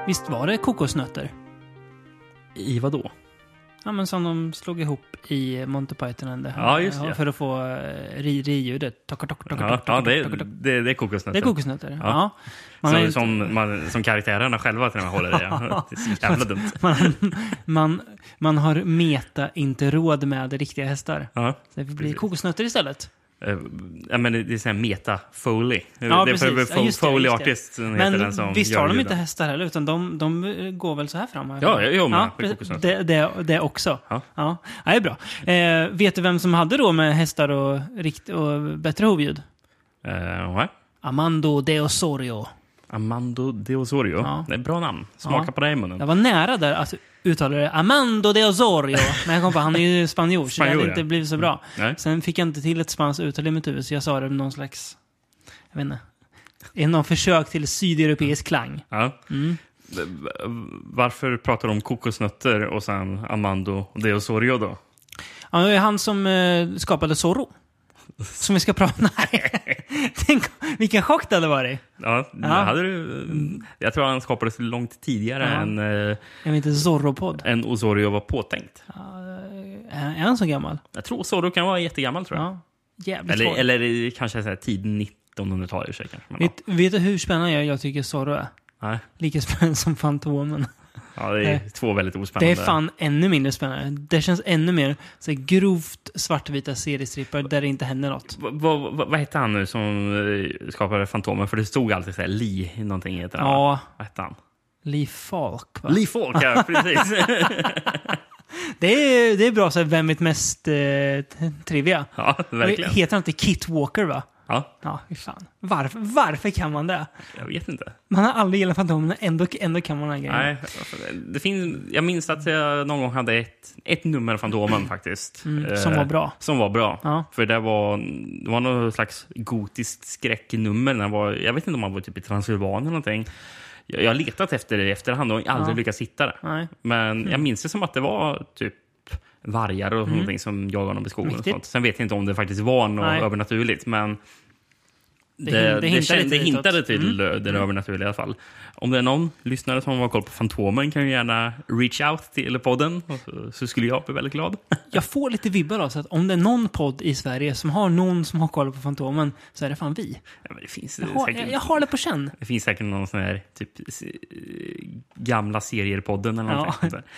Visst var det kokosnötter? I vad då? Ja, men som de slog ihop i Monty Python. Ja, just det. För att få ri-ljudet. Ja, det är kokosnötter. Det är kokosnötter, ja. Som karaktärerna själva till och med håller det. Det är så jävla dumt. Man har inte råd med riktiga hästar. Ja, så det blir kokosnötter istället. Ja, men det är sån här meta-Foley. Ja, det är precis. Foley Artist. Men visst har de inte hästar heller, utan de går väl så här fram? Ja, jag gör med det också. Ja. Ja, det är bra. Vet du vem som hade då med hästar och bättre hovljud? What? Armando de Osorio. Armando de Osorio. Ja. Det är ett bra namn. Smaka på det i munnen. Jag var nära där att uttala det. Armando de Osorio. Men jag kom på, han är ju spanjor, så det hade inte blivit så bra. Sen fick jag inte till ett spanskt uttal i mitt huvud, så jag sa det med någon slags, jag vet inte, någon försök till sydeuropeisk klang. Ja. Varför pratar du om kokosnötter och sen Armando de Osorio då? Ja, det är han som skapade Zorro. Som vi ska prata. Nej. Tänk vilken chock det hade varit. Ja. Hade du, jag tror han skapades långt tidigare än jag vet inte, Zorro-podd. Än Osorio var påtänkt. Är han så gammal? Jag tror Zorro kan vara jättegammal, tror jag. Ja. Jävligt eller kanske så här tid 1900-tal i sig kanske. Vet du hur spännande jag tycker Zorro är? Nej. Lika spännande som Fantomen. Ja, det är två väldigt ospännande. Det är fan ännu mindre spännande. Det känns ännu mer så grovt svartvita seriestrippar där det inte händer något. Vad heter han nu som skapade Fantomen? För det stod alltid så här Lee någonting heter han. Ja. Vad heter han? Lee Falk, va? Lee Falk, ja, precis. det är bra så här, vem vet mest trivia. Ja, verkligen. Heter han inte Kit Walker, va? Ja. Ja, hur fan. Varför kan man det? Jag vet inte. Man har aldrig gillat Fantomen, ändå kan man den grejen. Nej, det finns, jag minns att jag någon gång hade ett nummer av Fantomen faktiskt. Som var bra. Som var bra. Ja. För det var någon slags gotiskt skräcknummer. Jag vet inte om man var typ i Transylvanien eller någonting. Jag har letat efter det i efterhand och aldrig lyckats hitta det. Nej. Men jag minns det som att det var typ vargar och någonting som jagade honom i skogen. Och sånt. Sen vet jag inte om det faktiskt var något övernaturligt, men det hintade till det övernaturliga i alla fall. Om det är någon lyssnare som har koll på Fantomen kan ju gärna reach out till podden, så skulle jag bli väldigt glad. Jag får lite vibbar av så att om det är någon podd i Sverige som har någon som har koll på Fantomen, så är det fan vi. Ja, men det finns jag har det på känn. Det finns säkert någon sån här typ gamla serier-podden eller någonting. Ja.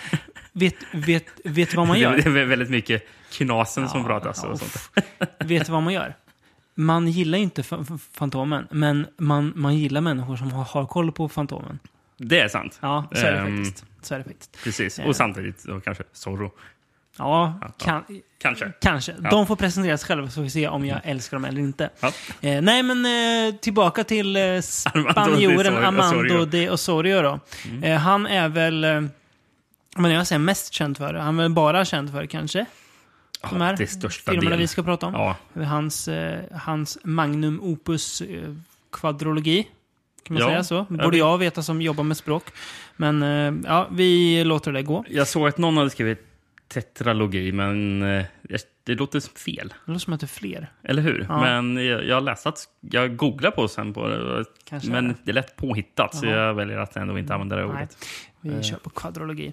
Vet vad man gör? Det är väldigt mycket knasen som pratas och sånt. Vet du vad man gör? Man gillar inte Fantomen, men man gillar människor som har koll på Fantomen. Det är sant. Ja, så är det faktiskt. Precis, och samtidigt då kanske Zorro. Ja, kanske. Ja. De får presentera sig själva, så får vi se om jag älskar dem eller inte. Ja. Nej, men tillbaka till spanjoren Armando de Osorio då. Han är väl, men jag säger mest känd för det. Han är väl bara känd för kanske. Det största filmerna vi ska prata om. Ja. Hans magnum opus kvadrologi. Kan man säga så? Borde jag veta som jobbar med språk. Men vi låter det gå. Jag såg att någon hade skrivit tetralogi, men det låter fel. Det låter som att det är fler. Eller hur? Ja. Men jag har läst att jag googlade på sen på det. Kanske men det är lätt påhittat, så jag väljer att ändå inte använda det ordet. Vi kör på kvadrologi.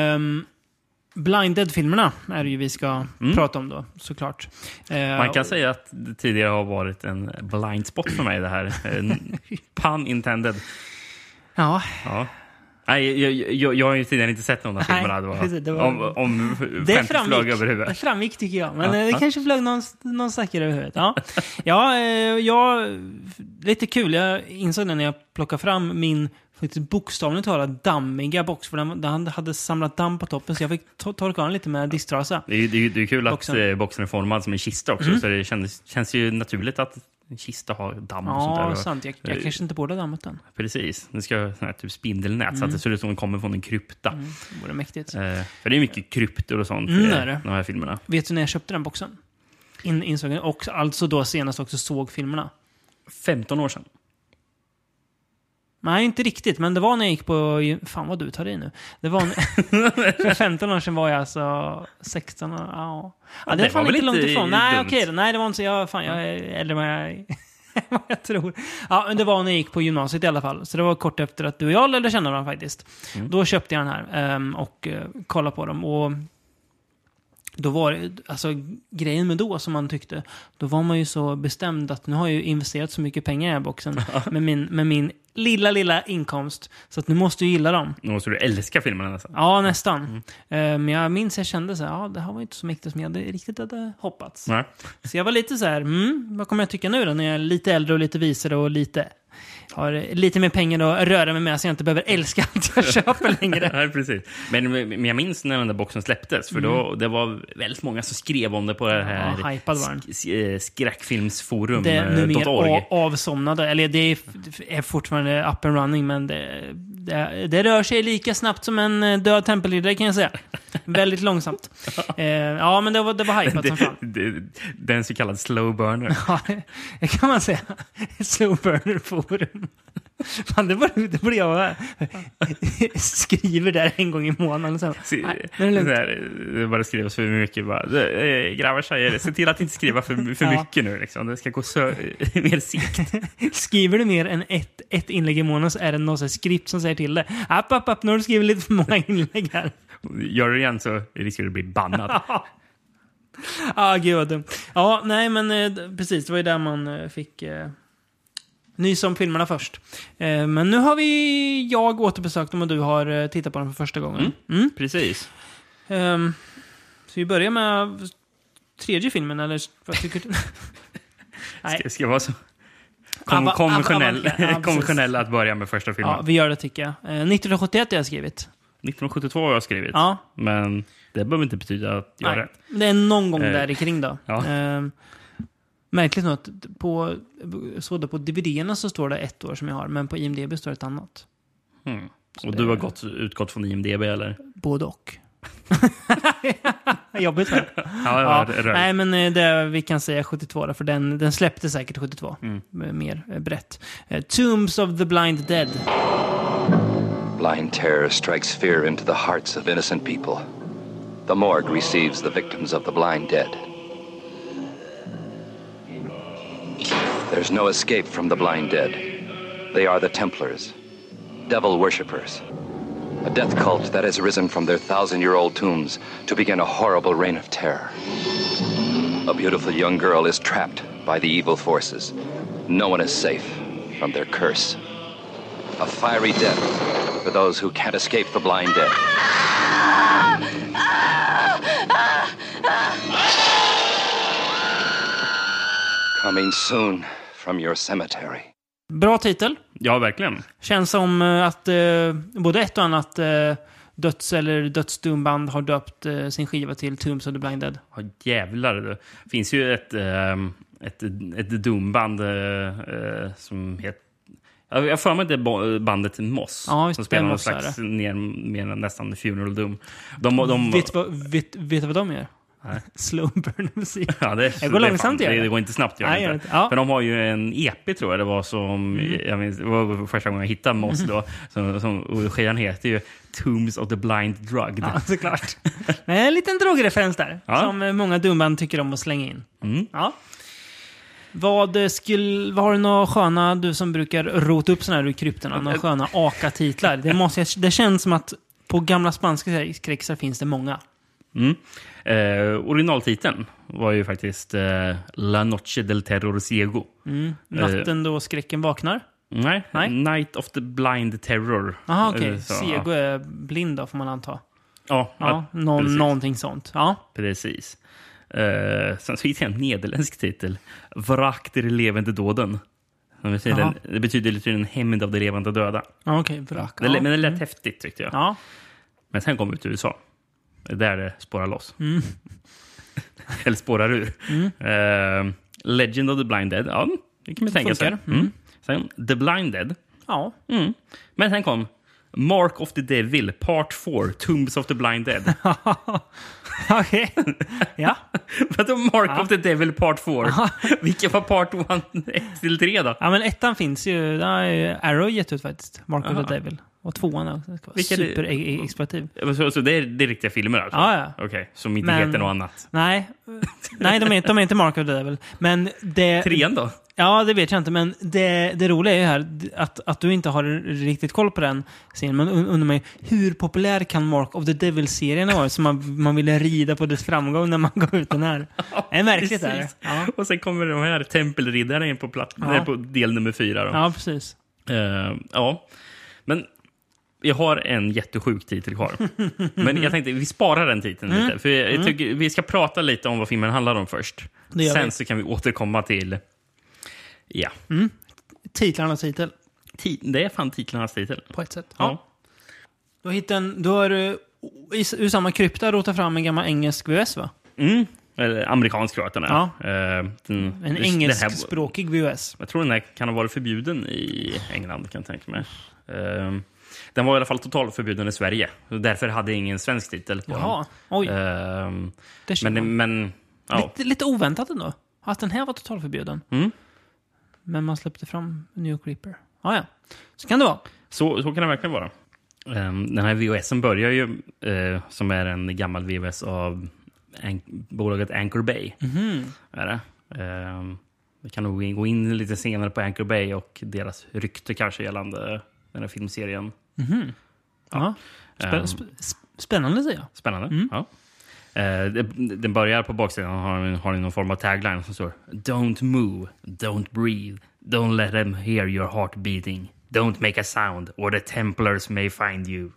Blind Dead-filmerna är det ju vi ska prata om då, såklart. Man kan säga att det tidigare har varit en blind spot för mig, det här. Pun intended. Ja. Nej, jag har ju tidigare inte sett någon av filmerna. Om skämt flög över huvudet. Det framgick, tycker jag. Men det kanske flög någon stackare över huvudet. Lite kul. Jag insåg det när jag plockade fram min bokstavligt talat dammiga box, för den hade samlat damm på toppen, så jag fick torka den lite med disktrasa. Det är kul att boxen är formad som en kista också, så det känns ju naturligt att en kista har damm och sånt där. Ja, sant. Jag kanske inte borde ha dammat den. Precis. Det ska ha här typ spindelnät, så att det ser ut som den kommer från en krypta. Det vore mäktigt. För det är mycket kryptor och sånt i de här filmerna. Vet du när jag köpte den boxen? Insåg jag, och alltså då senast också såg filmerna. 15 år sedan. Nej, inte riktigt. Men det var när jag gick på... Fan vad du tar i nu. Det var... för 15 år sedan var jag alltså 16 år. Ja, det var fan inte långt ifrån. Nej, okej. Nej, det var inte så... Jag är äldre än jag Jag tror. Ja, men det var när jag gick på gymnasiet i alla fall. Så det var kort efter att du och jag lärde känna varandra faktiskt. Då köpte jag den här och kollade på dem. Och då var det, alltså grejen med då som man tyckte, då var man ju så bestämd att nu har jag ju investerat så mycket pengar i den här boxen med min lilla inkomst, så att nu måste du gilla dem. Nu måste du älska filmerna nästan. Ja, nästan. Men jag minns, jag kände så här, det här var inte så mäktigt som jag hade hoppats. Nej. Så jag var lite så här, vad kommer jag tycka nu då när jag är lite äldre och lite visare och har lite mer pengar att röra mig med, så jag inte behöver älska allt jag köper längre. Nej, precis. Men jag minns när den där boxen släpptes, för då det var väldigt många som skrev om det på det här skräckfilmsforum. Det är numera avsomnade, eller det är fortfarande up and running, men det rör sig lika snabbt som en död tempelriddare, kan jag säga. Väldigt långsamt. Ja, men det var hypat som fan. Det är en så kallad slow burner. Ja, det kan man säga. Slow burner forum. Fan, det borde jag skriver där en gång i månaden. Så. Det bara skrivs för mycket. Grabbar, tjejer, se till att inte skriva för mycket nu. Liksom. Det ska gå mer sikt. Skriver du mer än ett inlägg i månaden, så är det någon skript som säger till det. App, nu har du skrivit lite för många inlägg här. Gör du igen så riskerar du bli bannad. Gud vad dumt. Ja, nej, men precis, det var ju där man fick nys om filmerna först. Men nu har jag återbesökt dem och du har tittat på dem för första gången. Precis. Så vi börjar med tredje filmen, eller vad tycker du? Ska vara så konventionell att börja med första filmen. Ja, vi gör det, tycker jag. 1971 har jag skrivit. 1972 har jag skrivit. Ja. Men det behöver inte betyda att jag har rätt. Det är någon gång där i kring då. Ja. Märkligt nog att på DVD-erna så står det ett år som jag har, men på IMDb står det ett annat. Och du har utgått från IMDb, eller? Både och. Jobbigt här. Ja. Nej, men vi kan säga 72 då, för den släppte säkert 72. Mer brett. Tombs of the Blind Dead. Blind terror strikes fear into the hearts of innocent people. The morgue receives the victims of the blind dead. There's no escape from the blind dead. They are the Templars, devil worshippers. A death cult that has risen from their 1,000-year-old tombs to begin a horrible reign of terror. A beautiful young girl is trapped by the evil forces. No one is safe from their curse. A fiery death for those who can't escape the blind dead. Coming soon from your cemetery. Bra titel. Ja, verkligen. Känns som att både ett och annat eller dödsdomband har döpt sin skiva till Tombs of the Blind Dead. Ja, jävlar. Det finns ju ett doomband som heter... Jag får med det bandet Moss, som spelar någon slags nästan Funeral Doom. Vet du vad de gör? Nej. Slow burn musik. Ja, det går långsamt. Det går inte snabbt. För de har ju en EP, tror jag det var, som jag minns, det var första gången jag hittade Moss då, och skivan heter ju Tombs of the Blind Drugged. Ja, såklart. Men en liten drogreferens där, som många dumband tycker om att slänga in. Ja. Vad har du några sköna, du som brukar rota upp såna här ur kryptorna, några sköna AKA-titlar? Det känns som att på gamla spanska skräcksar finns det många. Originaltiteln var ju faktiskt La Noche del Terror Ciego. Natten då skräcken vaknar? Nej, Night of the Blind Terror. Aha, okej. Ciego är blind då, får man anta. Ja, någonting sånt. Ja. Precis. Sen så hittade jag en nederländsk titel. Vrak der levande döden. Det betyder lite en hämnd av de levande döda. Okej, vrak. Men det lät häftigt, tyckte jag. Ja. Men sen kom vi till USA. Där det spårar loss. Eller spårar ur. Legend of the Blind Dead. Ja, det kan man tänka sig. Sen The Blind Dead. Ja. Men sen kom Mark of the Devil Part 4 Tombs of the Blind Dead. Okej. Ja. Vadå Mark of the Devil Part 4? Vilken var Part 1 till 3 då? Ja, men ettan finns ju. Där är ju Arrow gett ut faktiskt. Mark of the Devil. Och tvåan är super-exploativ. Så det är riktiga filmer alltså? Ja. Okej, som inte heter något annat? Nej, de är inte Mark of the Devil. Men det... Trean då? Ja, det vet jag inte, men det roliga är ju här att du inte har riktigt koll på den scenen. Man undrar mig, hur populär kan Mark of the Devil-serien vara som man ville rida på dess framgång när man går ut den här? Det är märkligt där. Ja. Och sen kommer de här tempelriddarna in på på del nummer 4 då. Ja, precis. Ja, men jag har en jättesjuk titel kvar. Men jag tänkte, vi sparar den titeln lite. För jag tycker, vi ska prata lite om vad filmen handlar om först. Sen så kan vi återkomma till... Ja. Titlarnas titel. Det är fan titlarnas titel. På ett sätt. Ja. Då har du ur samma krypta rotat fram en gammal engelsk VHS, va? Eller amerikansk kroaterna. Ja. En engelskspråkig VHS. Jag tror den här kan ha varit förbjuden i England, kan jag tänka mig. Den var i alla fall totalt förbjuden i Sverige. Därför hade ingen svensk titel på den. Oj. Men ja. Lite oväntat ändå. Att den här var totalt förbjuden. Men man släppte fram New Creeper. Ja. Så kan det vara. Så kan det verkligen vara. Den här VHSen börjar ju som är en gammal VHS av bolaget Anchor Bay. Är det? Vi kan nog gå in lite senare på Anchor Bay och deras rykte kanske gällande den här filmserien. Ja. Spännande, säger jag. Spännande, ja. Den börjar på baksidan har någon form av tagline som står: Don't move, don't breathe, don't let them hear your heart beating, don't make a sound or the Templars may find you.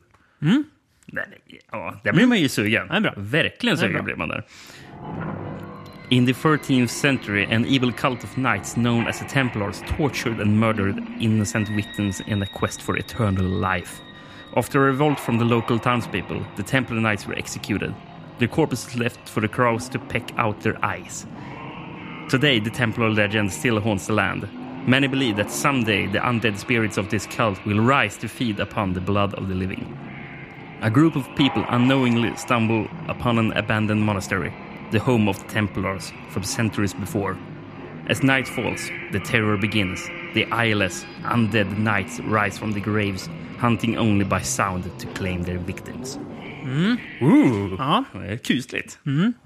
Där blir man ju sugen. Det är bra. Verkligen sugen blir man där. In the 13th century, an evil cult of knights known as the Templars tortured and murdered innocent victims in a quest for eternal life. After a revolt from the local townspeople, the Templar knights were executed. Their corpses left for the crows to peck out their eyes. Today, the Templar legend still haunts the land. Many believe that someday the undead spirits of this cult will rise to feed upon the blood of the living. A group of people unknowingly stumble upon an abandoned monastery, the home of the Templars from centuries before. As night falls, the terror begins. The eyeless, undead knights rise from the graves, hunting only by sound to claim their victims. Ja. Det är kusligt.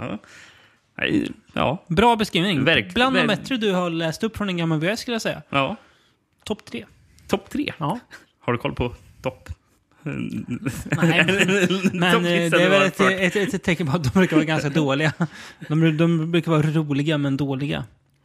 Ja. Bra beskrivning. Bland de bättre du har läst upp från en gammal VHS, skulle jag säga. Ja. Topp 3. Topp 3? Ja. Har du koll på topp? Nej, men det är väl ett tecken på att de brukar vara ganska dåliga. De brukar vara roliga men dåliga.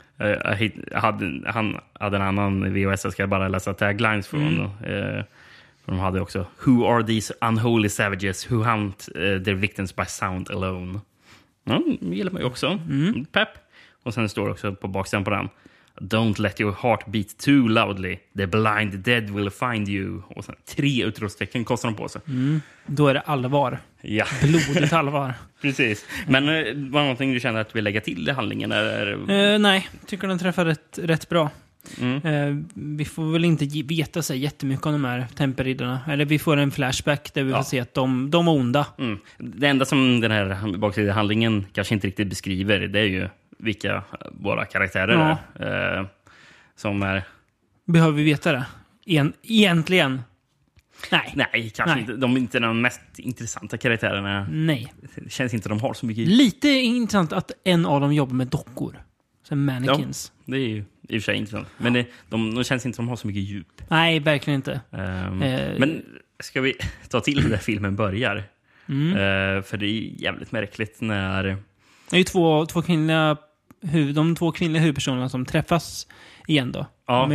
Han hade en annan VHS, jag ska bara läsa taglines från. De hade också: Who are these unholy savages who hunt their victims by sound alone? Ja, det gillar man ju också. Pepp. Och sen står det också på baksidan på den: Don't let your heart beat too loudly. The blind dead will find you. Och sen 3 utropstecken kostar de på sig. Då är det allvar. Ja. Blodigt allvar. Precis. Men var det någonting du känner att du vill lägga till i handlingen? Eller? Nej, tycker den träffar rätt bra. Vi får väl inte veta sig jättemycket om de här temperriddarna. Eller vi får en flashback där vi får se att de är onda. Det enda som den här baksidan handlingen kanske inte riktigt beskriver, det är ju vilka våra karaktärer är. Som är... Behöver vi veta det? Egentligen? Nej, kanske inte. De är inte de mest intressanta karaktärerna. Nej. Det känns inte de har så mycket... Lite intressant att en av dem jobbar med dockor. Som mannequins. Ja, det är ju i och för sig intressant. Men de känns inte som de har så mycket djup. Nej, verkligen inte. Men ska vi ta till där filmen börjar? För det är jävligt märkligt när... Det är ju två kvinnliga huvudpersonerna som träffas igen då. Ja, de har ju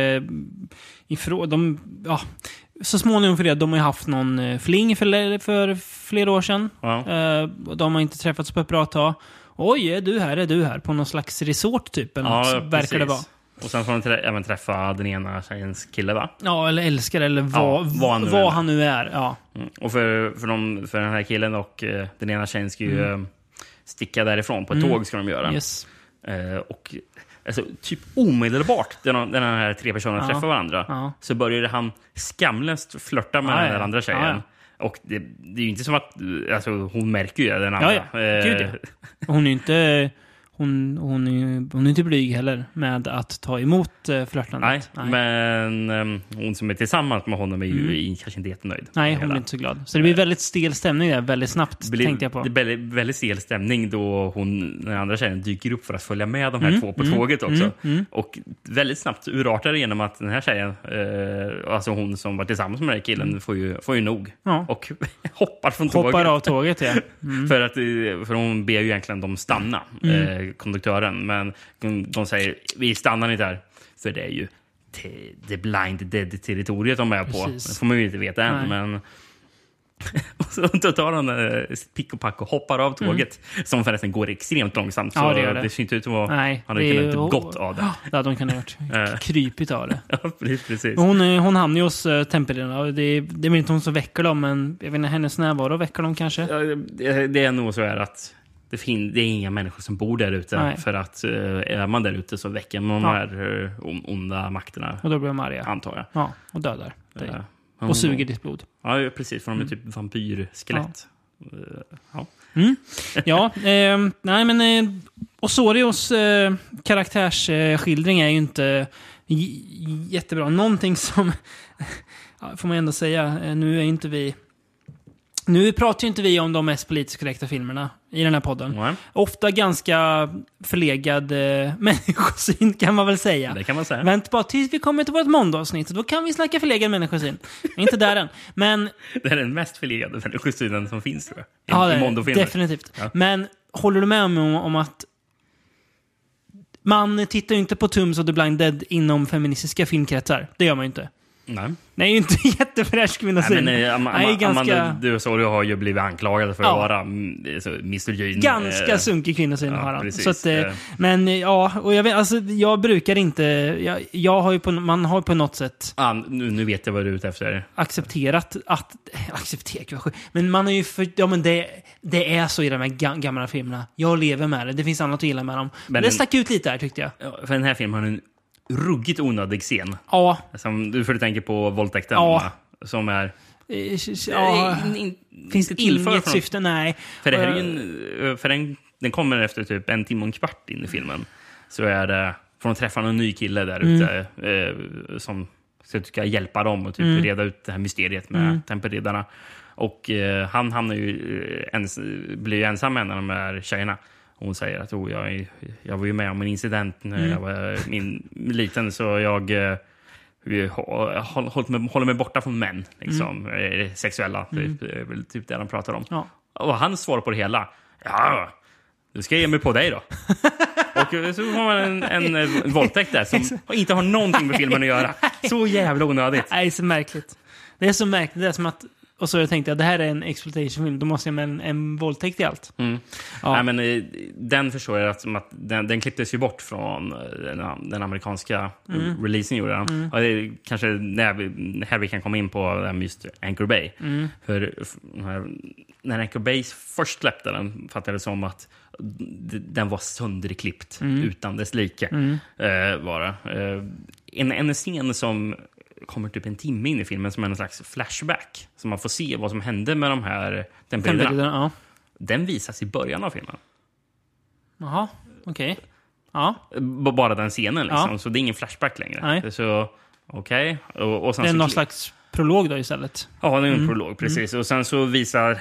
varit så småningom för det. De har ju haft någon fling för flera år sedan. Ja. De har inte träffats på ett bra tag. Oj, är du här? På någon slags resort typ. Eller verkar det vara. Och sen får de även träffa den ena tjejens kille, va? Ja, eller älskare, eller vad han nu är. Ja. Och för den här killen och den ena tjejen ska ju sticka därifrån. På ett tåg ska de göra. Yes. Och alltså, typ omedelbart den här 3 personerna träffar varandra så började han skamlöst flirta med den andra tjejen. Och det är ju inte som att alltså, hon märker ju den andra. Gud, ja. Hon är ju inte hon är ju hon är inte blyg heller med att ta emot flörtandet. Nej, men hon som är tillsammans med honom är ju kanske inte jättenöjd. Nej, hon är inte så glad. Så det blir väldigt stel stämning där, väldigt snabbt, tänkte jag på. Det blir väldigt stel stämning då den andra tjejen dyker upp för att följa med de här två på tåget också. Och väldigt snabbt urartar det genom att den här tjejen, alltså hon som var tillsammans med den här killen, får ju nog. Ja. Och hoppar från tåget. Hoppar av tåget, ja. För hon ber ju egentligen dem stanna, konduktören. Men de säger, vi stannar inte här. För det är ju det blind dead-territoriet de är på. Det får man ju inte veta än, men... Och så tar han sitt pick och pack och hoppar av tåget, som förresten går extremt långsamt. Så det ser inte ut att vara... Nej, han hade kunnat gått av det. Ja, de kan ha gjort. Krypigt av det. Ja, precis. Hon hamnar ju hos Tempelridarna. Det är väl inte hon som väcker dem, men jag vet inte, hennes närvaro väcker dem kanske. Ja, det är nog så här att det är inga människor som bor där ute. Nej. För att är man där ute så väcker man de här onda makterna. Och då blir de arga. Antar jag. Ja, och dödar dig. Och suger ditt blod. Ja, precis. För de är typ vampyrskelett. Ja. Nej, men Osorios karaktärsskildring är ju inte jättebra. Någonting som får man ändå säga, nu pratar ju inte vi om de mest politiskt korrekta filmerna i den här podden. Mm. Ofta ganska förlegad människosyn, kan man väl säga. Det kan man säga. Vänt bara tills vi kommer till vårt måndagsavsnitt. Då kan vi snacka förlegad människosyn. Inte där än. Men... Det är den mest förlegade människosynen som finns, tror jag. Ja, definitivt. Ja. Men håller du med om att man tittar ju inte på Tombs of the Blind Dead inom feministiska filmkretsar. Det gör man ju inte. Nej. Nej, inte jättefräsch kvinnosyn. Amanda, du och har ju blivit anklagade för att vara misogyn. Ganska sunkig kvinnosyn har han. Så att, men ja, och jag vet, alltså, jag brukar inte... Jag har ju man har ju på något sätt... Nu vet jag vad du är ute efter. Accepterat att... Men man har ju... men det är så i de här gamla filmerna. Jag lever med det. Det finns annat att gilla med dem. Men det stack ut lite där, tyckte jag. Ja, för den här filmen har en ruggigt onödig scen. Ja. Som du får tänka på våldtäkten. Ja. Som är... Finns det inget syfte? Nej. För det här är ju den kommer efter typ 1 timme och en kvart in i filmen. Så är det från att träffa en ny kille där ute som ska hjälpa dem och typ reda ut det här mysteriet med Tempelriddarna. Och han hamnar blir ju ensam med en av de här tjejerna. Hon säger att jag var ju med om en incident när jag var liten, så jag håller mig borta från män, liksom, sexuella, typ det de pratar om. Ja. Och han svarar på det hela. Ja, du ska ge mig på dig då. Och så har man en våldtäkt där som inte har någonting med filmen att göra. Så jävla onödigt. Nej, så märkligt. Det är så märkligt. Det är som att... Och så tänkte jag, det här är en exploitation-film. Då måste jag med en våldtäkt i allt. Ja. Nej, men den förstår jag att den klipptes ju bort från den amerikanska releasen gjorde den. Och det är kanske här vi kan komma in på just Anchor Bay. För när Anchor Bay först släppte den fattade det som att den var sönderklippt utan dess like. Var det. En scen som kommer typ 1 timme in i filmen som är en slags flashback. Så man får se vad som hände med de här Tempelriddarna. Ja. Den visas i början av filmen. Jaha, okej. Ja. Bara den scenen liksom. Ja. Så det är ingen flashback längre. Nej. Så okej. Och sen det är någon slags prolog då istället. Ja, det är en prolog, precis. Och sen så visar...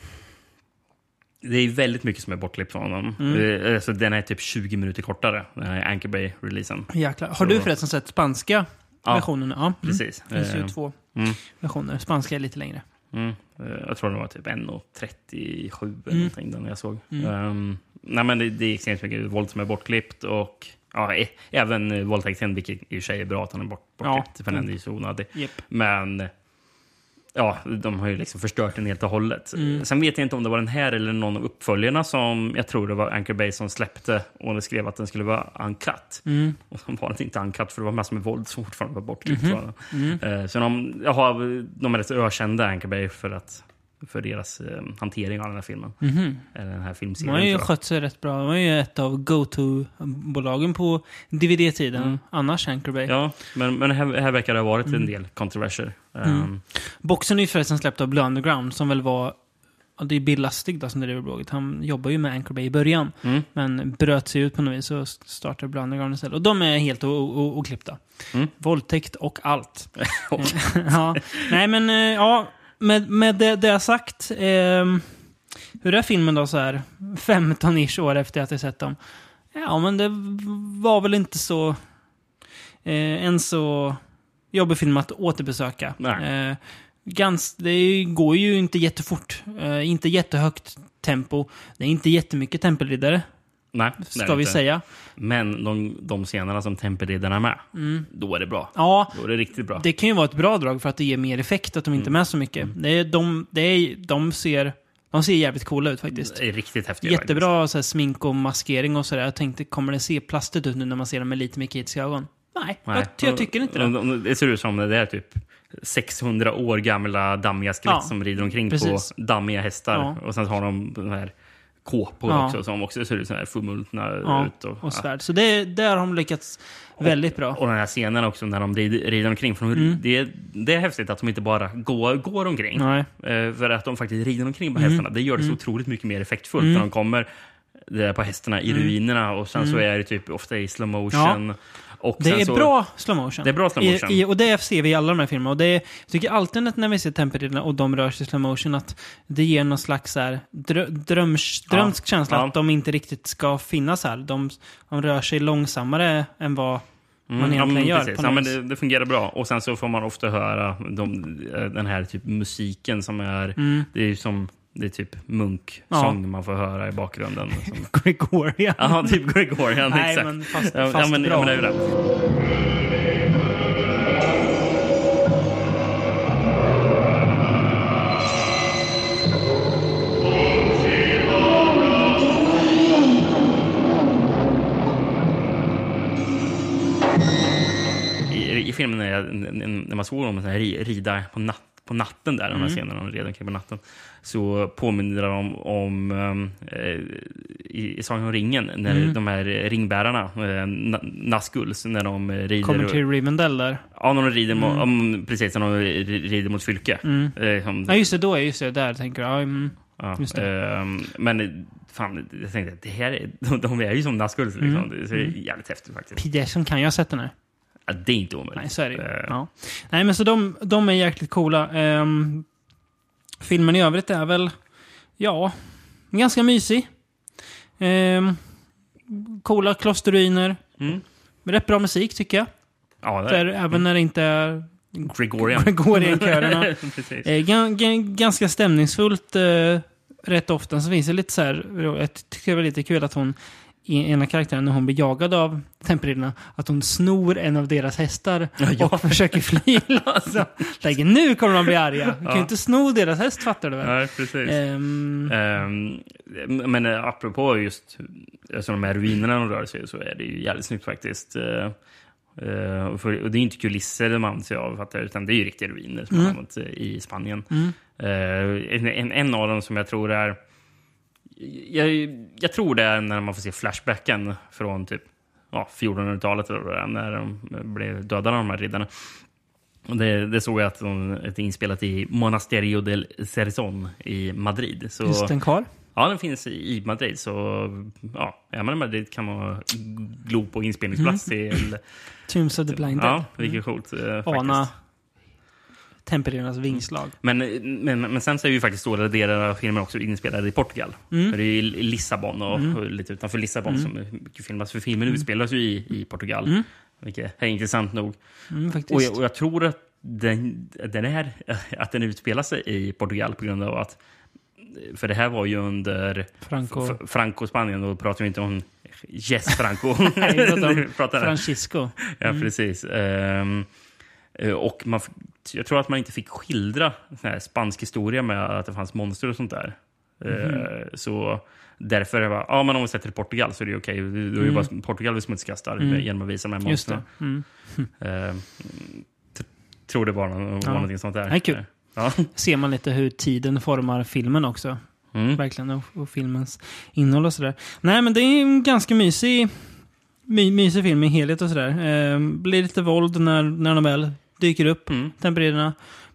Det är väldigt mycket som är bortklippt från honom. Så den är typ 20 minuter kortare. Den här Anchor Bay-releasen. Jäklar. Har du förresten sett spanska versionen? Ja, precis. Det finns ju 2 versioner. Spanska är lite längre. Jag tror det var typ 1:37 eller någonting när jag såg. Nej, men det är extremt mycket våld som är bortklippt. Och även våldtäkten, vilket i och för sig är bra att han är bortklippt. För den är ju så onödig. Yep. Men... Ja, de har ju liksom förstört den helt och hållet. Sen vet jag inte om det var den här eller någon av uppföljarna som jag tror det var Anchor Bay som släppte och det skrev att den skulle vara uncut. Och så var den inte uncut för det var massor med våld som fortfarande var bortklippt. Så de är rätt ökända Anchor Bay för deras hantering av den här filmen. Eller den här filmserien. De har ju skött sig rätt bra. De var ju ett av go-to-bolagen på DVD-tiden. Annars Anchor Bay. Ja, men här verkar det ha varit en del kontroverser. Boxen är ju förresten släppt av Blue Underground som väl var det är Bill Lustig då, som driver bolaget. Han jobbar ju med Anchor Bay i början. Men bröt sig ut på något vis och startade Blood Underground istället. Och de är helt oklippta. Våldtäkt och allt. Ja. Nej, men ja, med det jag sagt, hur är filmen då så här 15-ish år efter att jag sett dem? Ja, men det var väl inte så en så jobbig film att återbesöka. Det går ju inte jättefort. Inte jättehögt tempo. Det är inte jättemycket tempelriddare. Nej, ska vi säga. Men de scenerna som tempelriddarna är med, då är det bra. Ja, då är det riktigt bra. Det kan ju vara ett bra drag för att det ger mer effekt att de inte är med så mycket. De ser jävligt coola ut faktiskt. Det är riktigt häftigt. Jättebra så här, smink och maskering och sådär. Jag tänkte, kommer det se plastigt ut nu när man ser dem med lite mer kritiska ögon? Nej. Jag tycker inte det. Det ser ut som det är typ 600 år gamla dammiga skelett som rider omkring på dammiga hästar. Ja. Och sen har de den här kåpor också som också ser ut så här förmultna ut. Och svärd. Så där har de lyckats väldigt bra. Och den här scenen också när de rider omkring. För det är häftigt att de inte bara går omkring. Nej. För att de faktiskt rider omkring på hästarna. Det gör det så otroligt mycket mer effektfullt när de kommer där på hästarna i ruinerna. Och sen så är det typ ofta i slow motion. Ja. Och det är bra slow motion. Det är bra slow motion. Och det ser vi i alla de här filmerna. Och jag tycker alltid att när vi ser tempelriddarna och de rör sig i slow motion att det ger någon slags så här drömsk känsla att de inte riktigt ska finnas här. De rör sig långsammare än vad man egentligen gör. Precis. Men det fungerar bra. Och sen så får man ofta höra den här typ musiken som är... Det är ju som... Det är typ munksång man får höra i bakgrunden. Gregorian. Ja, typ Gregorian, nej, exakt. Men fast bra. Men det är ju det. I filmen när man såg dem rida på natten där, de här scenerna redan kring på natten, så påminner de om i Sagan om ringen när de här ringbärarna Nazguls när de rider kommer till Rivendell där. Ja, när de rider precis när de rider mot Fylke. Ja, just det, där tänker jag. Just det. Men fan, jag tänkte att det här de är ju som Nazguls liksom. Det är jävligt häftigt faktiskt. Det som kan jag sätta nu. Ja, det är inte omöjligt. Nej, så är det ju. Ja. Nej, men så de är jäkligt coola. Filmen i övrigt är väl ganska mysig. Coola klosterruiner. Rätt bra musik tycker jag. Ja, det är. Även när det inte är Gregorian-körerna. Ganska stämningsfullt rätt ofta. Så finns det lite så här, jag tycker det var lite kul att hon i ena karaktären när hon blir jagad av tempelriddarna att hon snor en av deras hästar och försöker fly. Alltså, nu kommer de bli arga. Du kan ju inte sno deras häst, fattar du väl? Nej, precis. Men apropå just alltså, de här ruinerna de rör sig så är det ju jävligt snyggt faktiskt. Och det är inte kulisser man ser av utan det är ju riktiga ruiner som man har använt i Spanien. En av dem som jag tror är jag tror det är när man får se flashbacken från typ 1400-talet när de blev dödade de här riddarna. Och det såg jag att det är inspelat i Monasterio del Cerzon i Madrid. Så, just den kvar? Ja, den finns i Madrid. Så är man i Madrid kan man glo på inspelningsplats till Tombs of the Blind Dead. Ja, vilket coolt Ana tempelriddarnas vingslag. Men sen så är ju faktiskt stora delar av filmen också inspelade i Portugal. För det är ju Lissabon och lite utanför Lissabon som mycket filmas. För filmen utspelas ju i Portugal. Vilket är intressant nog. Och jag tror att den utspelar sig i Portugal på grund av att för det här var ju under Franco-Spanien, och pratar vi inte om Jess Franco. Nej, Francisco. Ja, precis. Och jag tror att man inte fick skildra sån här spansk historia med att det fanns monster och sånt där. Så därför var men om vi sätter i Portugal så är det okej. Då är ju bara Portugal vi smutskastar genom att visa de här monstren. Tror det var någonting sånt där. Nej, kul. Ja. Ser man lite hur tiden formar filmen också. Verkligen, och filmens innehåll och sådär. Nej, men det är en ganska mysig film i helhet och sådär. Blir lite våld när de väl dyker upp. Tempelriddarna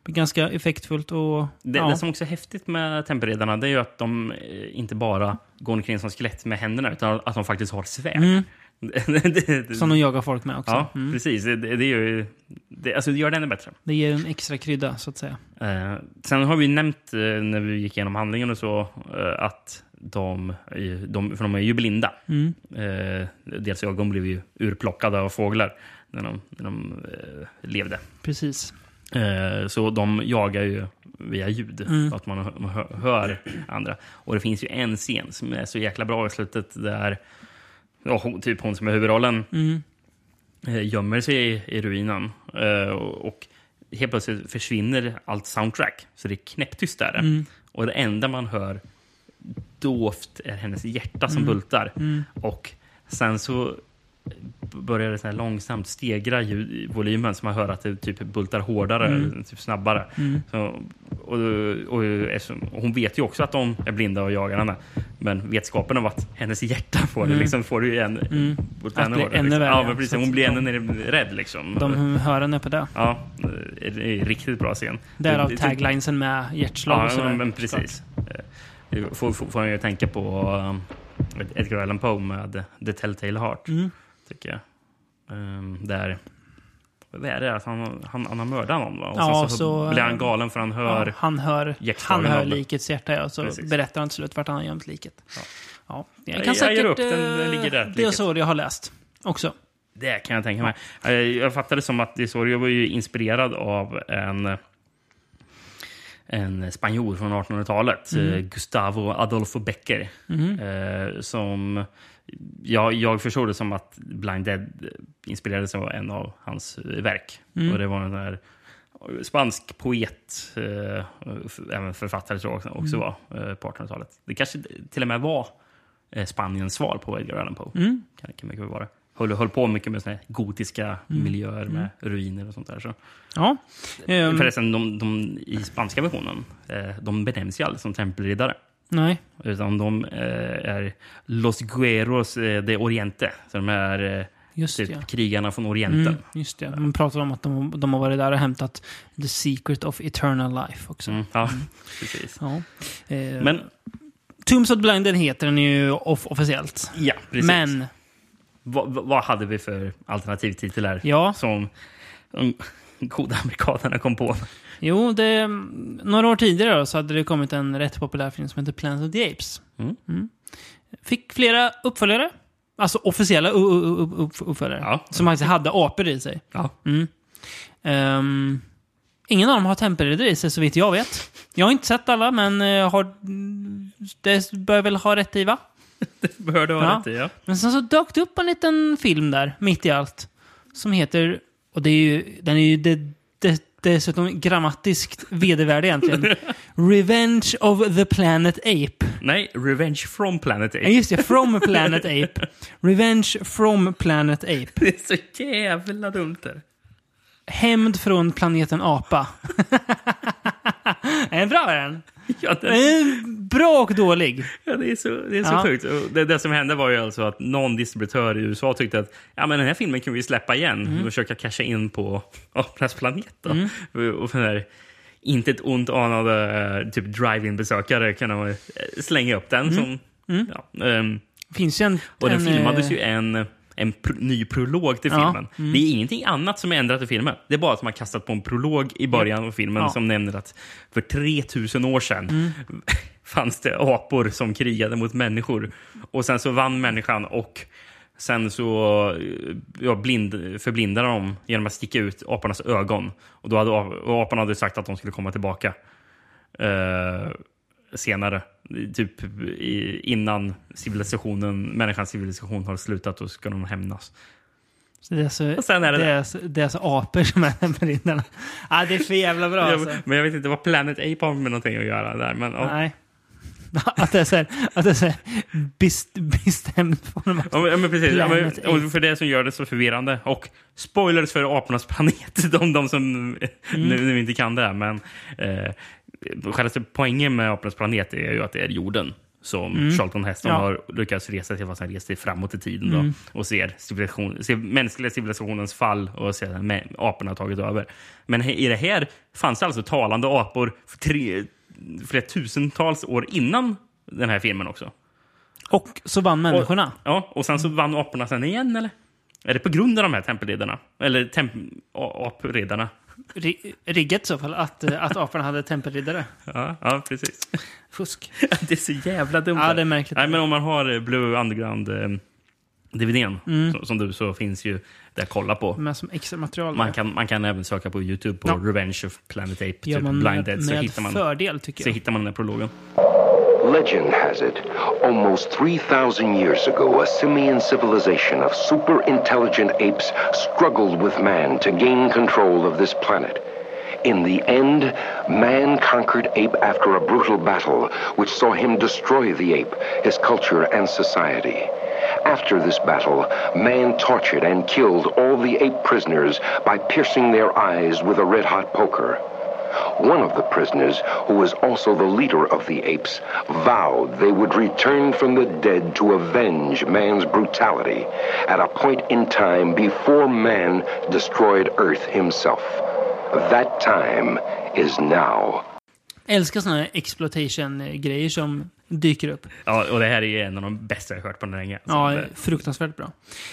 ganska effektfullt. Och, det som också är häftigt med temperriddarna, det är ju att de inte bara går omkring som skelett med händerna, utan att de faktiskt har svärd. Som de jagar folk med också. Ja, precis. Det gör det ännu bättre. Det ger en extra krydda, så att säga. Sen har vi nämnt, när vi gick igenom handlingen och så, att för de är ju blinda. Deras ögon blev ju urplockade av fåglar när de levde. Precis. Så de jagar ju via ljud, så att man hör andra. Och det finns ju en scen som är så jäkla bra i slutet, där typ hon som är huvudrollen gömmer sig i ruinen, och helt plötsligt försvinner allt soundtrack, så det är knäpptyst där. Och det enda man hör dovt är hennes hjärta som bultar. Och sen så börjar det så här långsamt stegra volymen, så man hör att det typ bultar hårdare, typ snabbare. Så, och hon vet ju också att de är blinda och jagar henne, men vetskapen av att hennes hjärta får det liksom, får ju en bultar ännu hårdare. Liksom. Ja, men precis, hon blir ännu rädd liksom. De hör henne på det. Ja, det är riktigt bra scen. Därav taglinesen med hjärtslag. Ja, men precis. Får jag ju tänka på Edgar Allan Poe med The Telltale Heart, tycker jag. Där, vad är det? Att han har mördat någon, va? Och så blir han galen för han hör han hör likets hjärta, ja. Så precis. Berättar han till slut vart han har gömt liket. Ja. Jag kan säkert upp, den ligger där. Det är så jag har läst också. Det kan jag tänka mig. Jag fattade som att Desorio var ju inspirerad av en spanjor från 1800-talet, Gustavo Adolfo Becker, som jag förstod det som att Blind Dead inspirerades av en av hans verk. Och det var en där spansk poet, även författare tror jag också var på 1800-talet. Det kanske till och med var Spaniens svar på Edgar Allan Poe. Kan mycket vara. Höll på mycket med såna här gotiska miljöer med ruiner och sånt där. Så. Ja. Förresten, de i spanska versionen, de benämns ju aldrig som tempelriddare. Nej. Utan de är Los Guerreros de Oriente. Så de är krigarna från Orienten. Just det. Man pratar om att de har varit där och hämtat The Secret of Eternal Life också. Precis. Ja. Men Tombs of the Blind Dead heter den ju officiellt. Ja, precis. Men vad hade vi för alternativtitlar som de goda amerikanerna kom på? Jo, några år tidigare så hade det kommit en rätt populär film som heter Planet of the Apes. Fick flera uppföljare. Alltså officiella uppföljare. Som faktiskt hade apor i sig. Ingen av dem har temperriddare i sig, så vitt jag vet. Jag har inte sett alla, men det bör väl ha rätt i, va? Det bör det ha rätt i, ja. Men sen så dök det upp en liten film där, mitt i allt, som heter, och den är ju dessutom grammatiskt vedervärdig egentligen. Revenge of the Planet Ape. Nej, Revenge from Planet Ape. Ja, just det, from Planet Ape. Revenge from Planet Ape. Det är så jävla dumt där. Hämnd från planeten Apa. Är den bra, är den? Ja, bra och dålig. Ja, det är så sjukt. Och det som hände var ju alltså att någon distributör i USA tyckte att men den här filmen kan vi släppa igen och försöka casha in på Apornas planet. Och för där, inte ett ont anade typ drive-in-besökare kan man slänga upp den. Som, finns ju och den filmades ju en ny prolog till filmen. Det är ingenting annat som är ändrat i filmen. Det är bara att man kastat på en prolog i början av filmen som nämner att för 3000 år sedan fanns det apor som krigade mot människor. Och sen så vann människan och sen så förblindade de genom att sticka ut apornas ögon. Och då hade aporna hade sagt att de skulle komma tillbaka senare, typ innan människans civilisation har slutat, och ska de hämnas. Så det är alltså apor som är tempelriddarna. Det är för jävla bra. Alltså. Men jag vet inte vad Planet Ape har med någonting att göra där. Men, nej. Att det är så här bestämt form. Men precis. Och för det som gör det så förvirrande. Och spoilers för apornas planet. De som nu inte kan det. Men själva poängen med apornas planet är ju att det är jorden. som Charlton Heston har lyckats resa till, fast han reste framåt i tiden då, och ser mänskliga civilisationens fall och ser att aporna har tagit över. Men i det här fanns det alltså talande apor flera tusentals år innan den här filmen också. Och så vann människorna. Och sen så vann aporna sen igen, eller? Är det på grund av de här tempelriddarna? Eller apriddarna? Rigget så fall, att aporna hade tempelriddare. Ja, precis. Fusk. Det är så jävla dumt. Ja, det är märkligt. Nej, men om man har Blue Underground DVD:n som du, så finns ju det att kolla på. Men som extra material. Man kan även söka på YouTube på Revenge of Planet Ape, typ Blind Dead, så hittar man fördel, tycker jag. Så hittar man den här prologen. Legend has it, almost 3,000 years ago, a simian civilization of super-intelligent apes struggled with man to gain control of this planet. In the end, man conquered ape after a brutal battle, which saw him destroy the ape, his culture and society. After this battle, man tortured and killed all the ape prisoners by piercing their eyes with a red-hot poker. One of the prisoners, who was also the leader of the apes, vowed they would return from the dead to avenge man's brutality at a point in time before man destroyed Earth himself. That time is now. Jag älskar såna här exploitation-grejer som dyker upp. Ja, och det här är en av de bästa jag hört på den länge. Ja, fruktansvärt bra.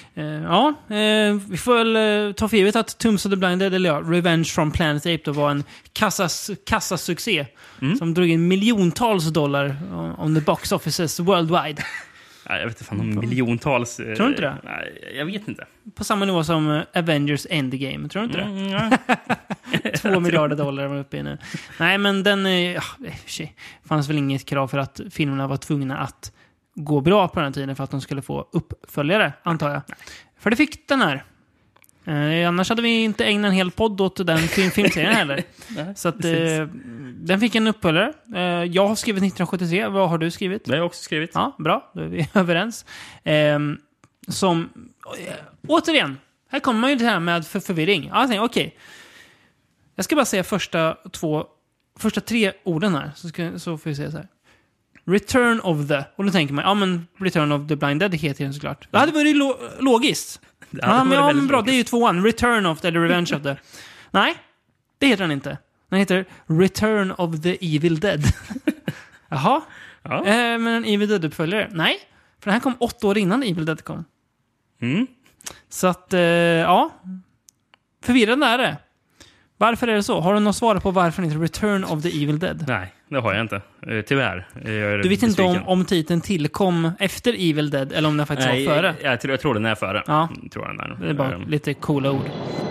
Vi får väl ta för givet att Tombs of the Blind Dead, eller Revenge from Planet Ape, då var en kassasuccé som drog in miljontals dollar on the box offices worldwide. Ja, jag vet inte fan om miljontals... Tror du inte det? Nej, jag vet inte. På samma nivå som Avengers Endgame, tror du inte det? 2 miljarder dollar var uppe i nu. Nej, men den... fanns väl inget krav för att filmerna var tvungna att gå bra på den tiden för att de skulle få uppföljare, antar jag. För det fick den här. Annars hade vi inte ägnat en hel podd åt den filmserien heller. Så att, den fick en uppföljare. Jag har skrivit 1973. Vad har du skrivit? Det har jag också skrivit. Ja, bra. Då är vi överens. Som... återigen, här kommer man ju det här med förvirring. Jag tänkte, okej. Jag ska bara säga första 3 orden här. Så får vi se så här. Return of the... Och då tänker man, men Return of the Blind Dead heter den såklart. Det hade varit logiskt. Men bra, det är ju 2:an. Return of the, eller Revenge of the. Nej, det heter den inte. Den heter Return of the Evil Dead. Jaha. Ja. Men en Evil Dead-uppföljare? Nej, för den här kom 8 år innan Evil Dead kom. Så att, förvirrande är det. Varför är det så? Har du något svar på varför den heter Return of the Evil Dead? Nej, det har jag inte. Tyvärr. Du vet inte om titeln tillkom efter Evil Dead eller om den faktiskt var före? Jag tror den är före. Ja. Tror den är. Det är bara lite coola ord.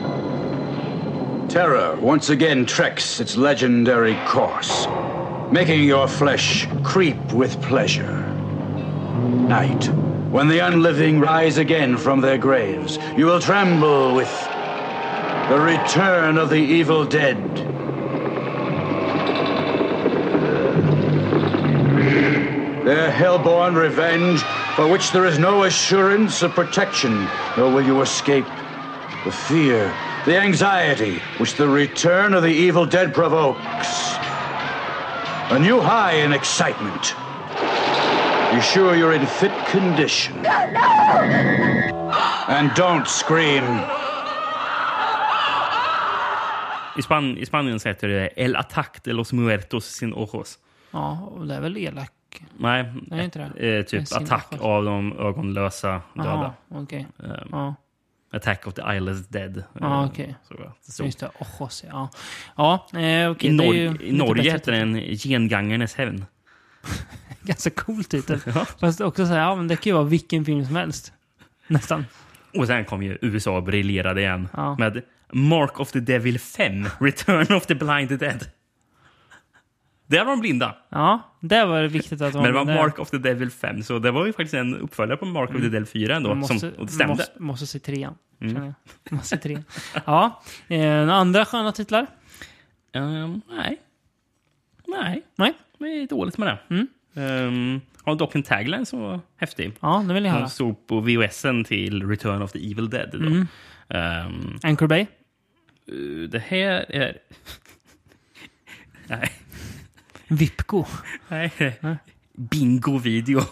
Terror once again treks its legendary course, making your flesh creep with pleasure. Night, when the unliving rise again from their graves, you will tremble with the return of the evil dead. Their hellborn revenge, for which there is no assurance of protection, nor will you escape. The fear, the anxiety which the return of the evil dead provokes. A new high in excitement. Be sure you're in fit condition. And don't scream. I Spanien heter det El Ataque de los Muertos sin Ojos. Ja, och det är väl elak. Nej, det är inte det. Typ attack av de ögonlösa döda. Aha, okej. Attack of the Eyeless Dead. Okej. Just det, Ojos, ja. Okej. I Norge heter den Gengängernes hävn. Ganska cool titel. Fast också säga, men det kan ju vara vilken film som helst. Nästan. Och sen kom ju USA och briljerade igen med Mark of the Devil 5, Return of the Blind Dead. Där var de blinda. Ja, det var det viktigt att de men det var Mark of the Devil 5, så det var ju faktiskt en uppföljare på Mark of the Devil 4 ändå. Och det stämde. Måste se 3. Måste se 3. Ja, några andra sköna titlar? Nej. Det är dåligt med det. Har dock en tagline som var häftig. Ja, det vill jag höra. Han stod på VHSen till Return of the Evil Dead. Anchor Bay? Det här är... Nej. Vipco? Nej. bingo-video.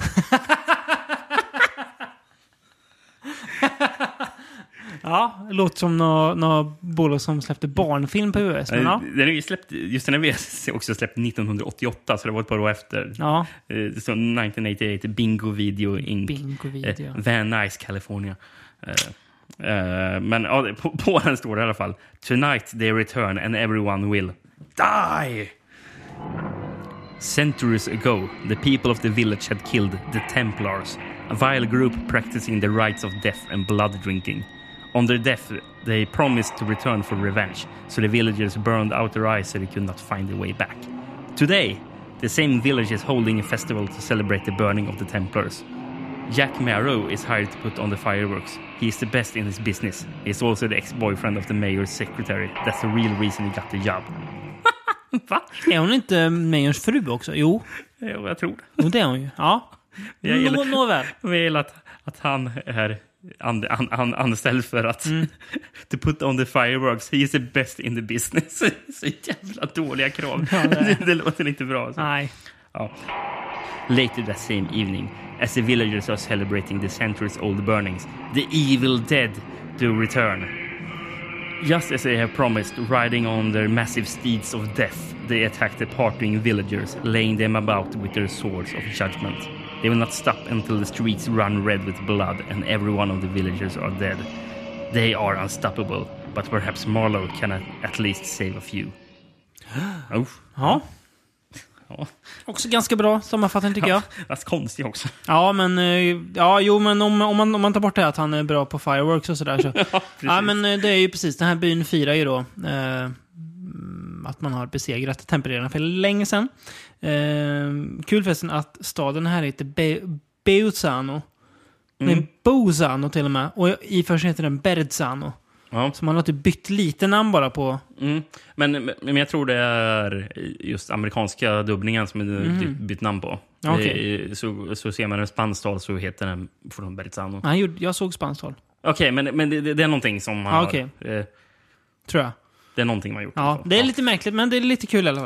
Ja, det låter som något bolag som släppte barnfilm på US. Men ja. Den är ju släppt, just den är också släppt 1988, så det var ett par år efter. Ja. Så 1988, Bingo Video Inc. Bingo Video. Van Nuys, California. Men ja, på den står det i alla fall: Tonight they return and everyone will die. Centuries ago, the people of the village had killed the Templars, a vile group practicing the rites of death and blood drinking. On their death, they promised to return for revenge, so the villagers burned out their eyes so they could not find their way back. Today, the same village is holding a festival to celebrate the burning of the Templars. Jack Marrow is hired to put on the fireworks. He is the best in his business. He is also the ex-boyfriend of the mayor's secretary. That's the real reason he got the job. Va? Är hon inte mayorns fru också? Jo. Jo, jag tror det. Jo, det är hon ju. Ja. Nåväl. Jag vill att han är anställd för att to put on the fireworks. He is the best in the business. Så jävla dåliga krav. Ja, det låter inte bra. Så. Nej. Ja. Later that same evening, as the villagers are celebrating the centuries-old burnings, the evil dead do return. Just as they have promised, riding on their massive steeds of death, they attack the partying villagers, laying them about with their swords of judgment. They will not stop until the streets run red with blood and every one of the villagers are dead. They are unstoppable, but perhaps Marlowe can at least save a few. Ja. Ja. Också ganska bra sammanfattning tycker jag. Fast konstigt också. Ja, men men om man tar bort det att han är bra på fireworks och sådär så. Ja, men det är ju precis, den här byn firar ju då att man har besegrat tempelerarna för länge sedan. Kul förresten att staden här heter Beuzano. Nej, Bozano till och med. Och i först heter den Berdzano. Ja. Så man har typ bytt lite namn bara på. Men jag tror det är just amerikanska dubbningen som är bytt namn på. Okay. Så ser man en spanstal så heter den från Bertzano. Nej, jag såg spanstal. Okej, men det är någonting som man har. Tror jag. Det är någonting man gjort. Ja, det är lite märkligt, men det är lite kul i alla fall.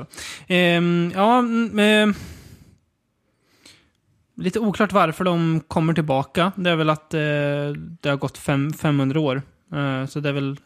Lite oklart varför de kommer tillbaka. Det är väl att det har gått 500 år. Så det är väl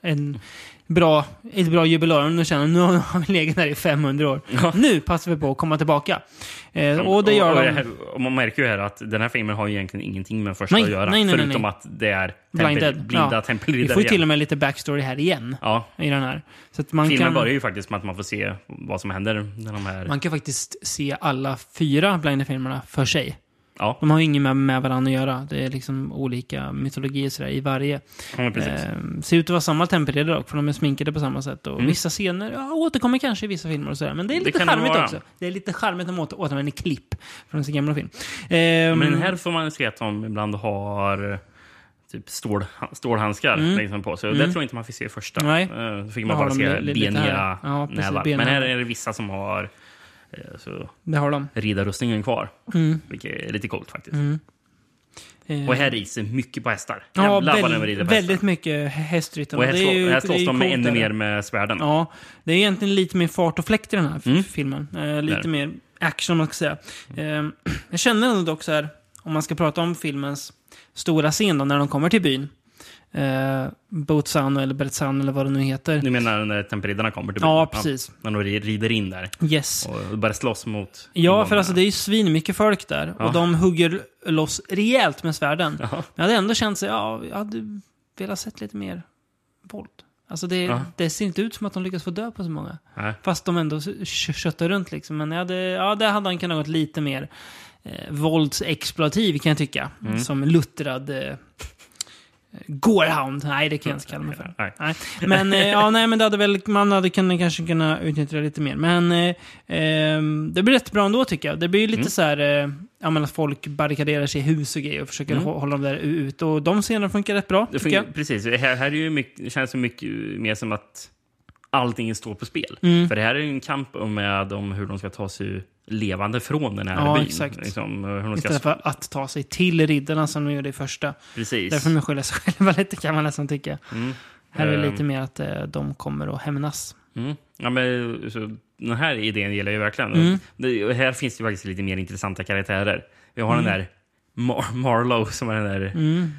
ett bra jubileum. Nu har vi legat där i 500 år. Ja. Nu passar vi på att komma tillbaka. Och det gör och man märker ju här att den här filmen har ju egentligen ingenting med första att göra. Förutom att det är blinda tempelriddare. Vi får ju till och med lite backstory här igen. Ja. I den här. Så att filmen börjar ju faktiskt med att man får se vad som händer när de här. Man kan faktiskt se alla 4 blinda filmerna för sig. Ja. De har ju inget med varandra att göra. Det är liksom olika mytologier så där, i varje. Ja, ser ut att vara samma tempelriddare dock, för de är sminkade på samma sätt. Och vissa scener återkommer kanske i vissa filmer och sådär. Men det är lite charmigt också. Det är lite charmigt att de återvänder klipp från sin gamla film. Men här får man se att de ibland har typ stålhandskar liksom på sig. Och det tror jag inte man fick se i första. Nej. Då fick man bara se beniga nävar. Men här är det vissa som har så det har de. Ridarrustningen kvar. Vilket är lite coolt faktiskt. Och här rids mycket på hästar. Ja, väldigt mycket hästryttande. Och här slåss de med ännu mer med svärden. Ja, det är egentligen lite mer fart och fläkt i den här filmen. Lite mer action, man ska säga. Jag känner ändå dock så här, om man ska prata om filmens stora scen då, när de kommer till byn. Botzano eller Bertzano eller vad det nu heter. Du menar när temperiddarna kommer till byn? Ja, precis. När de rider in där. Yes. Och börjar slåss mot. Ja, för alltså det är ju svin mycket folk där. Ja. Och de hugger loss rejält med svärden. Ja. Men jag hade ändå känt sig, jag hade velat sett lite mer våld. Alltså det ser inte ut som att de lyckas få dö på så många. Nej. Fast de ändå köttar runt liksom. Men det hade han kunnat gått lite mer våldsexploativ kan jag tycka. Som luttrad Gorehound. Nej, det kan jag inte kalla mig för. Nej. Men men det hade väl, man hade kanske kunnat utnyttja det lite mer. Men det blir rätt bra ändå tycker jag. Det blir lite så här att folk barrikaderar sig i hus och grejer och försöker hålla dem där ut. Och de scenerna funkar rätt bra. Precis. Här är ju mycket, det känns så mycket mer som att allting står på spel. För det här är ju en kamp med hur de ska ta sig levande från den här byn. Exakt. Liksom, hur de istället för att ta sig till riddarna som de gjorde i första. Precis. Därför man skyller sig själva lite, kan man nästan tycka. Här är det lite mer att de kommer att hämnas. Ja, men så den här idén gillar jag verkligen. Här finns det faktiskt lite mer intressanta karaktärer. Vi har den där Marlowe som är den där...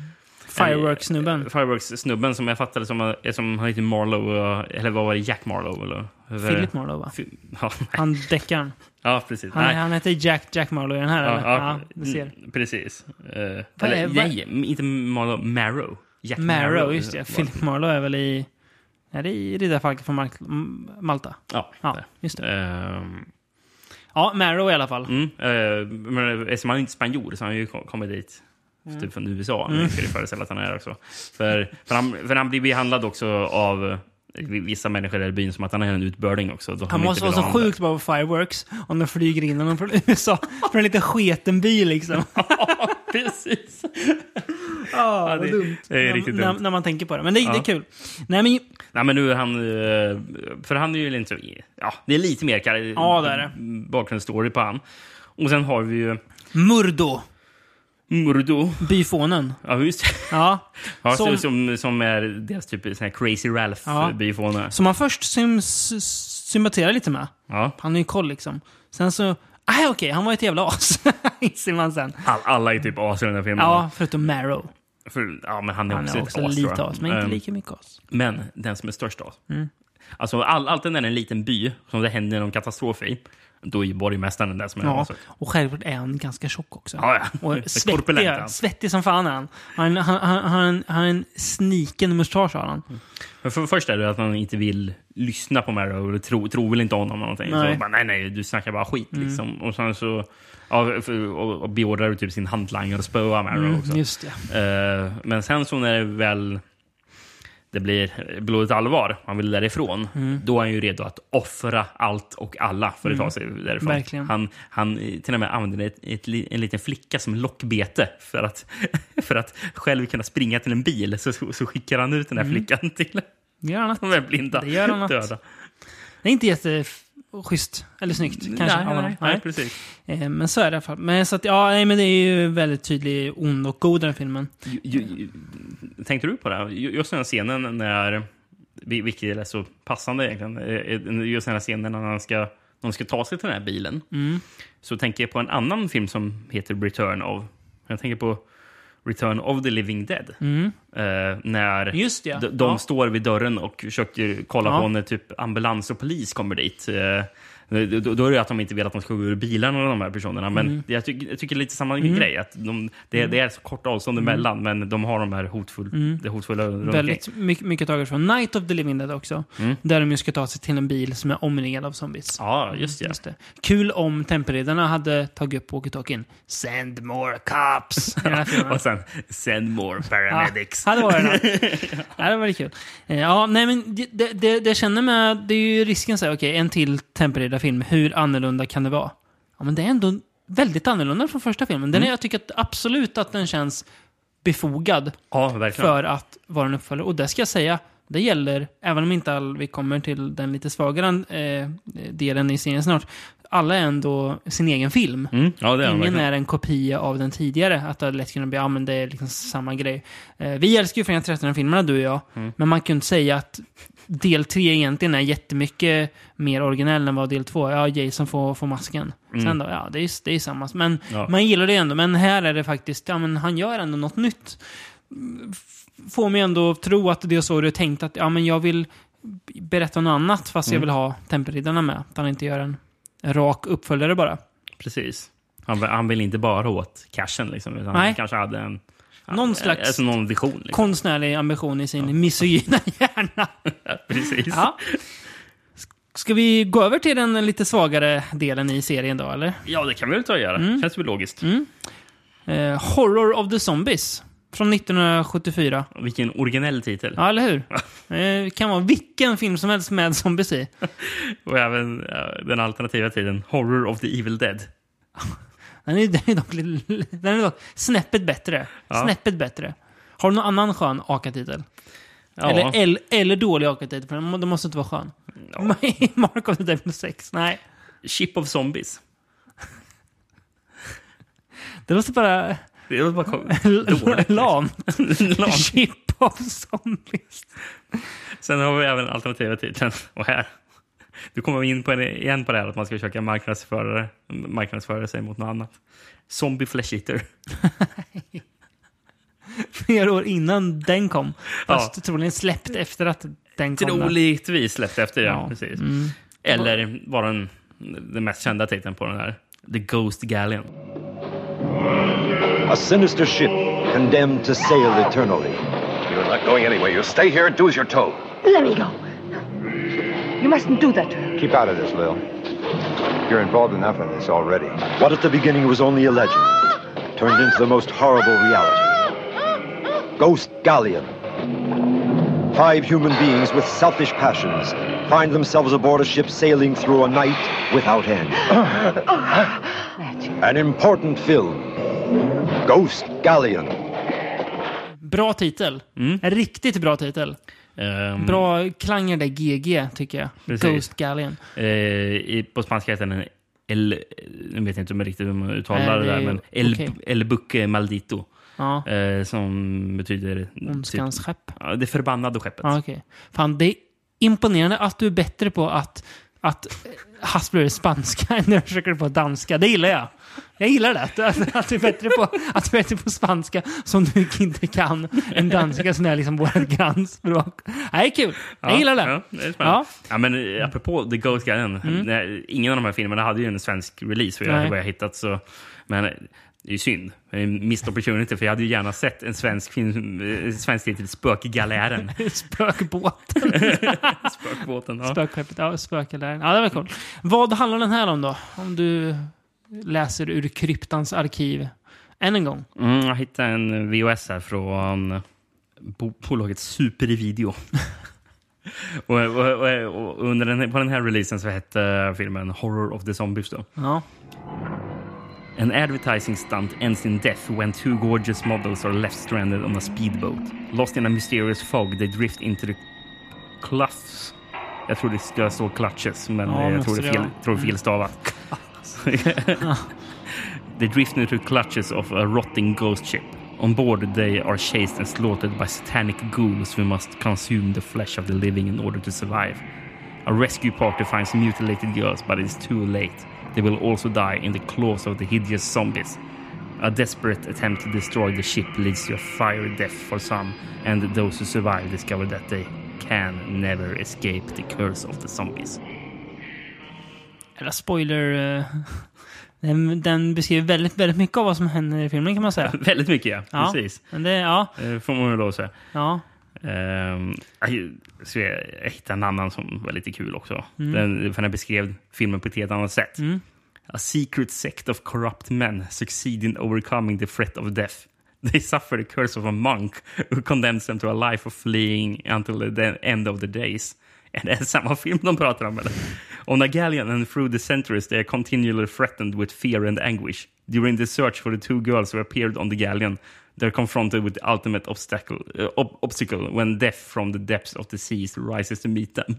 Fireworks-snubben som jag fattade som han heter Marlowe, eller vad var det, Jack Marlowe eller? Philip Marlowe, va? Han deckaren. Ja, precis. Han heter Jack Marlowe i den här, eller? Ja, du ser. Precis. Nej, inte Marlowe, Marrow. Jack Marrow, just det. Philip Marlowe är väl i... Är det i Riddarfalken från Malta? Ja, just det. Ja, Marrow i alla fall. Men eftersom han är inte spanjor så har han ju kommit dit typ från USA. Jag skulle föreställa att han är också. För han blir behandlad också av vissa människor i byn som att han är en utbörding också. Han måste vara så sjukt bra på Fireworks om de flyger in honom från USA. Från en liten sketen by liksom. Ja, precis. Ja, det är dumt. Det är riktigt dumt. När man tänker på det. Men det är kul. Nej, men nu är han... För han är ju inte... Ja, det är lite mer bakgrundsstory på han. Och sen har vi ju... Murdo. Byfånen. Ja, just det. Ja. Som är deras typ sån här Crazy Ralph-byfåne. Som man först sympatiserar lite med. Ja. Han är ju koll liksom. Sen så... okej, han var ett jävla as. Inser man sen. Alla är typ as i den här filmen. Ja, förutom Marrow. Men han är också ett lite as, men inte lika mycket as. Men den som är störst as. Alltså, alltid när det är en liten by som det händer någon katastrof i, då är ju borgmästaren den som är as. Och självklart är han ganska tjock också. Ja. Och svettig som fan är han. Han har en sniken mustasch har han. För först är det att han inte vill lyssna på Marrow och tror väl inte honom någonting. Nej. Så bara, nej, du snackar bara skit liksom. Och sen så och beordrar typ sin handlanger och spöa Marrow också. Just det. Men sen så när det väl det blir blodigt allvar, han vill därifrån, då är han ju redo att offra allt och alla för att ta sig därifrån. Verkligen. Han till och med använder en liten flicka som lockbete för att själv kunna springa till en bil, så skickar han ut den här flickan till de är blinda. Det gör han döda. Det är inte jätteschysst eller snyggt kanske. Nej, precis. Men så är det i alla fall. Men så att men det är ju väldigt tydligt ond och god den här filmen. Tänkte du på det? Just den här scenen när, vilket är så passande egentligen, just den här scenen när de ska ta sig till den här bilen. Så tänker jag på en annan film som heter Jag tänker på Return of the Living Dead. När de står vid dörren och försöker kolla på när typ ambulans och polis kommer dit. Då är det att de inte vill att de ska gå ur bilarna och de här personerna. Men jag tycker lite samma grej. Att det är så kort avstånd emellan, men de har de här hotfulla väldigt mycket taget från Night of the Living Dead också. Där de ju ska ta sig till en bil som är omringad av zombies. Ja, just det. Kul om Tempelriddarna hade tagit upp walkie-talkien. Send more cops! Och sen send more paramedics. Ja, det var det var kul. Men det känner med, det är ju risken så här, okej, en till Tempelriddarfilm. Hur annorlunda kan det vara? Ja, men det är ändå väldigt annorlunda från första filmen. Jag tycker absolut att den känns befogad för att vara en uppföljare. Och det ska jag säga, det gäller, även om inte vi kommer till den lite svagare delen i serien snart. Alla är ändå sin egen film. Ingen är en kopia av den tidigare. Att det lätt kunna bli, men det är liksom samma grej. Vi älskar ju Fredag 13 filmerna, du och jag. Men man kan inte säga att del 3 egentligen är jättemycket mer originell än vad del 2. Ja, Jason får masken. Sen då, det är samma. Men man gillar det ändå. Men här är det faktiskt, men han gör ändå något nytt. Får mig ändå tro att det är så du tänkt att men jag vill berätta något annat fast jag vill ha Tempelriddarna med. Att han inte gör en rak uppföljare bara. Precis. Han vill inte bara åt cashen liksom, utan han kanske hade någon slags någon vision, liksom. Konstnärlig ambition i sin misogyna hjärna. Precis. Ja. Ska vi gå över till den lite svagare delen i serien då, eller? Ja, det kan vi väl ta och göra. Känns väl logiskt. Horror of the Zombies från 1974. Vilken originell titel. Ja, eller hur? Det kan vara vilken film som helst med zombies i. Och även den alternativa titeln Horror of the Evil Dead. Den är dock snäppet bättre. Snäppet bättre. Har du någon annan skön AKA-titel? Ja. Eller dålig AKA-titel? För det måste inte vara skön. Ja. Mark of the Devil 6. Nej. Ship of Zombies. Det låter bara... Det låter bara lam. Ship of Zombies. Sen har vi även alternativa titeln. Och här. Du kommer in på igen på det här att man ska försöka marknadsföra sig mot något annat. Zombie Flesh Eater. Flera år innan den kom. Fast troligen släppt efter att den kom. Troligtvis släppt efter, ja. Precis. Eller var den mest kända titeln på den här. The Ghost Galleon. A sinister ship condemned to sail eternally. You're not going anywhere. You stay here and do as you're told. Let me go. You mustn't do that to her. Keep out of this, Lil. You're involved enough in this already. What at the beginning was only a legend turned into the most horrible reality. Ghost Galleon. 5 human beings with selfish passions find themselves aboard a ship sailing through a night without end. An important film. Ghost Galleon. Bra titel. En riktigt bra titel. Bra klanger där GG, tycker jag. Precis. Ghost Galleon. På spanska heter den jag vet inte riktigt hur man uttalar det där, men El Buque Maldito. Ja. Som betyder ondskans skepp. Ja, det förbannade skeppet. Ja, okay. Fan, det är imponerande att du är bättre på att haspla spanska än när du försöker på danska. Det gillar jag. Jag gillar det. Att du är bättre på spanska som du inte kan än danska som är liksom vårt grannspråk. Det är kul. Jag gillar det. Ja, det är spännande. Ja, men apropå The Ghost Galleon. Ingen av de här filmerna hade ju en svensk release vad jag hittat. Så, men det är ju synd. En missed opportunity, för jag hade ju gärna sett en svensk titel, Spökgalären. Spökbåten. Spökbåten, ja. Spökskeppet, ja, Spökgalären. Ja, det var cool. Vad handlar den här om då? Om du läser ur kryptans arkiv än en gång. Jag hittade en VHS här från bolaget Supervideo. och på den här releasen så hette filmen Horror of the Zombies då. Ja. An advertising stunt ends in death when 2 gorgeous models are left stranded on a speedboat. Lost in a mysterious fog, they drift into the cloughs. Jag tror det ska stå clutches, men jag tror det är felstavat. They drift into the clutches of a rotting ghost ship. On board they are chased and slaughtered by satanic ghouls who must consume the flesh of the living in order to survive. A rescue party finds mutilated girls, but it's too late. They will also die in the claws of the hideous zombies. A desperate attempt to destroy the ship leads to a fiery death for some, and those who survive discover that they can never escape the curse of the zombies. Eller spoiler... Den beskriver väldigt, väldigt mycket av vad som händer i filmen, kan man säga. Väldigt mycket, ja. Precis. Men det, får man väl lov säga. Ja. Så jag hittade en annan som var lite kul också. För den beskrev filmen på ett helt annat sätt. A secret sect of corrupt men succeed in overcoming the threat of death. They suffer the curse of a monk who condemns them to a life of fleeing until the end of the days. Är det samma film de pratar om, eller? On a galleon and through the centuries they are continually threatened with fear and anguish. During the search for the 2 girls who appeared on the galleon, they're confronted with the ultimate obstacle when death from the depths of the seas rises to meet them.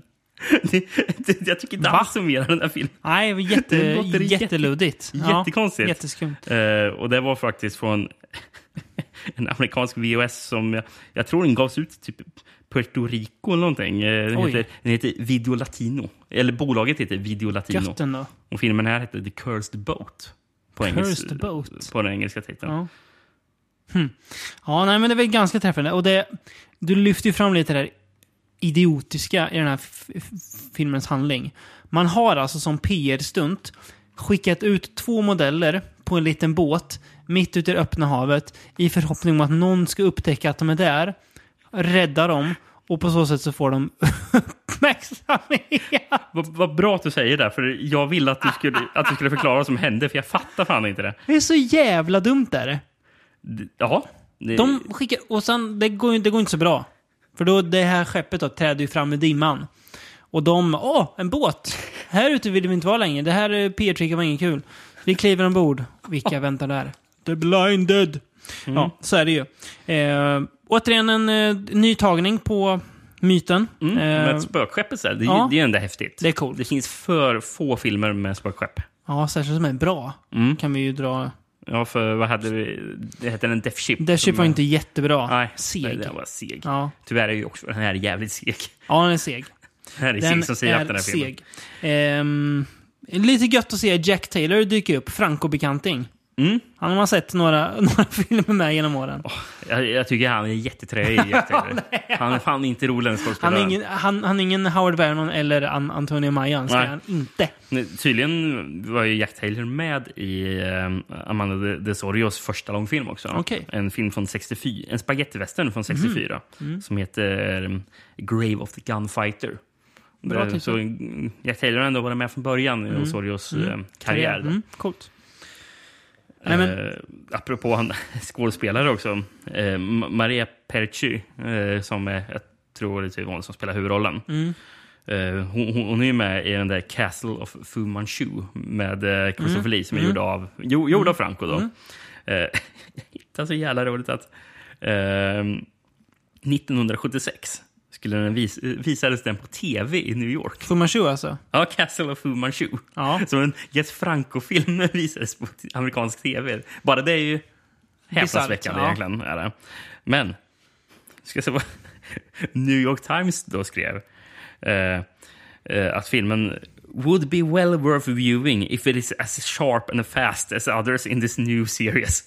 Jag tycker inte alls summerar den här filmen. Nej, jätteluddigt. Jättekonstigt. Jätteskumt. Och det var faktiskt från en amerikansk VHS som jag tror den gavs ut typ Puerto Rico eller någonting. Den heter Video Latino. Eller bolaget heter Video Latino. Götten då. Och filmen här heter The Cursed Boat. På den engelska titeln. Ja. Ja, nej, men det var ganska träffande. Och du lyfter ju fram lite där idiotiska i den här filmens handling. Man har alltså som PR-stunt skickat ut 2 modeller på en liten båt mitt ute i öppna havet i förhoppning om att någon ska upptäcka att de är där, rädda dem, och på så sätt så får de uppmärksamhet. Vad bra att du säger det, för jag ville att du skulle förklara vad som hände, för jag fattar fan inte det. Det är så jävla dumt där. Ja. De skickar, och sen det går inte så bra. För då det här skeppet då träder ju fram med dimman. Och en båt. Här ute vill vi inte vara längre. Det här PR-tricket var ingen kul. Vi kliver ombord. Vilka väntar där? The Blinded. Ja, så är det ju. Återigen en ny tagning på myten. Med ett spökskepp så här. Det är ändå häftigt. Det är coolt. Det finns för få filmer med spökskepp. Ja, särskilt som är bra. Kan vi ju dra... Ja, för vad hade vi? Det hette en Death Ship. Death Ship var inte jättebra. Nej, seg. Det var seg. Ja. Tyvärr är ju också den här jävligt seg. Ja, den är seg. Här är seg. Lite gött att se Jack Taylor dyka upp. Franco-bekanting. Han har man sett några filmer med genom åren. Jag tycker han är jätteträig. Han är fan inte rolig en skådespelare. Han är ingen Howard Vernon eller Antonio Mayan. Det är han inte. Tydligen var ju Jack Taylor med i Amanda de Sorios första långfilm också. Okay. En film från 64. En spagettivästern från 64. Som heter Grave of the Gunfighter. Så Jack Taylor har ändå varit med från början i Osorios karriär. Coolt. Apropå han skådespelare också. Maria Perci som är, jag tror det är hon som spelar huvudrollen. Hon är ju med i den där Castle of Fu Manchu med Christopher Lee som är gjord av Franco då. Det är så jävla roligt att 1976 skulle den visades den på tv i New York. Fu Manchu alltså? Ja, Castle of Fu Manchu. Ja. Som en Jet Franco-film visades på amerikansk tv. Bara det är ju häpnadsväckande egentligen. Är det. Men, ska jag säga vad New York Times då skrev att filmen would be well worth viewing if it is as sharp and fast as others in this new series.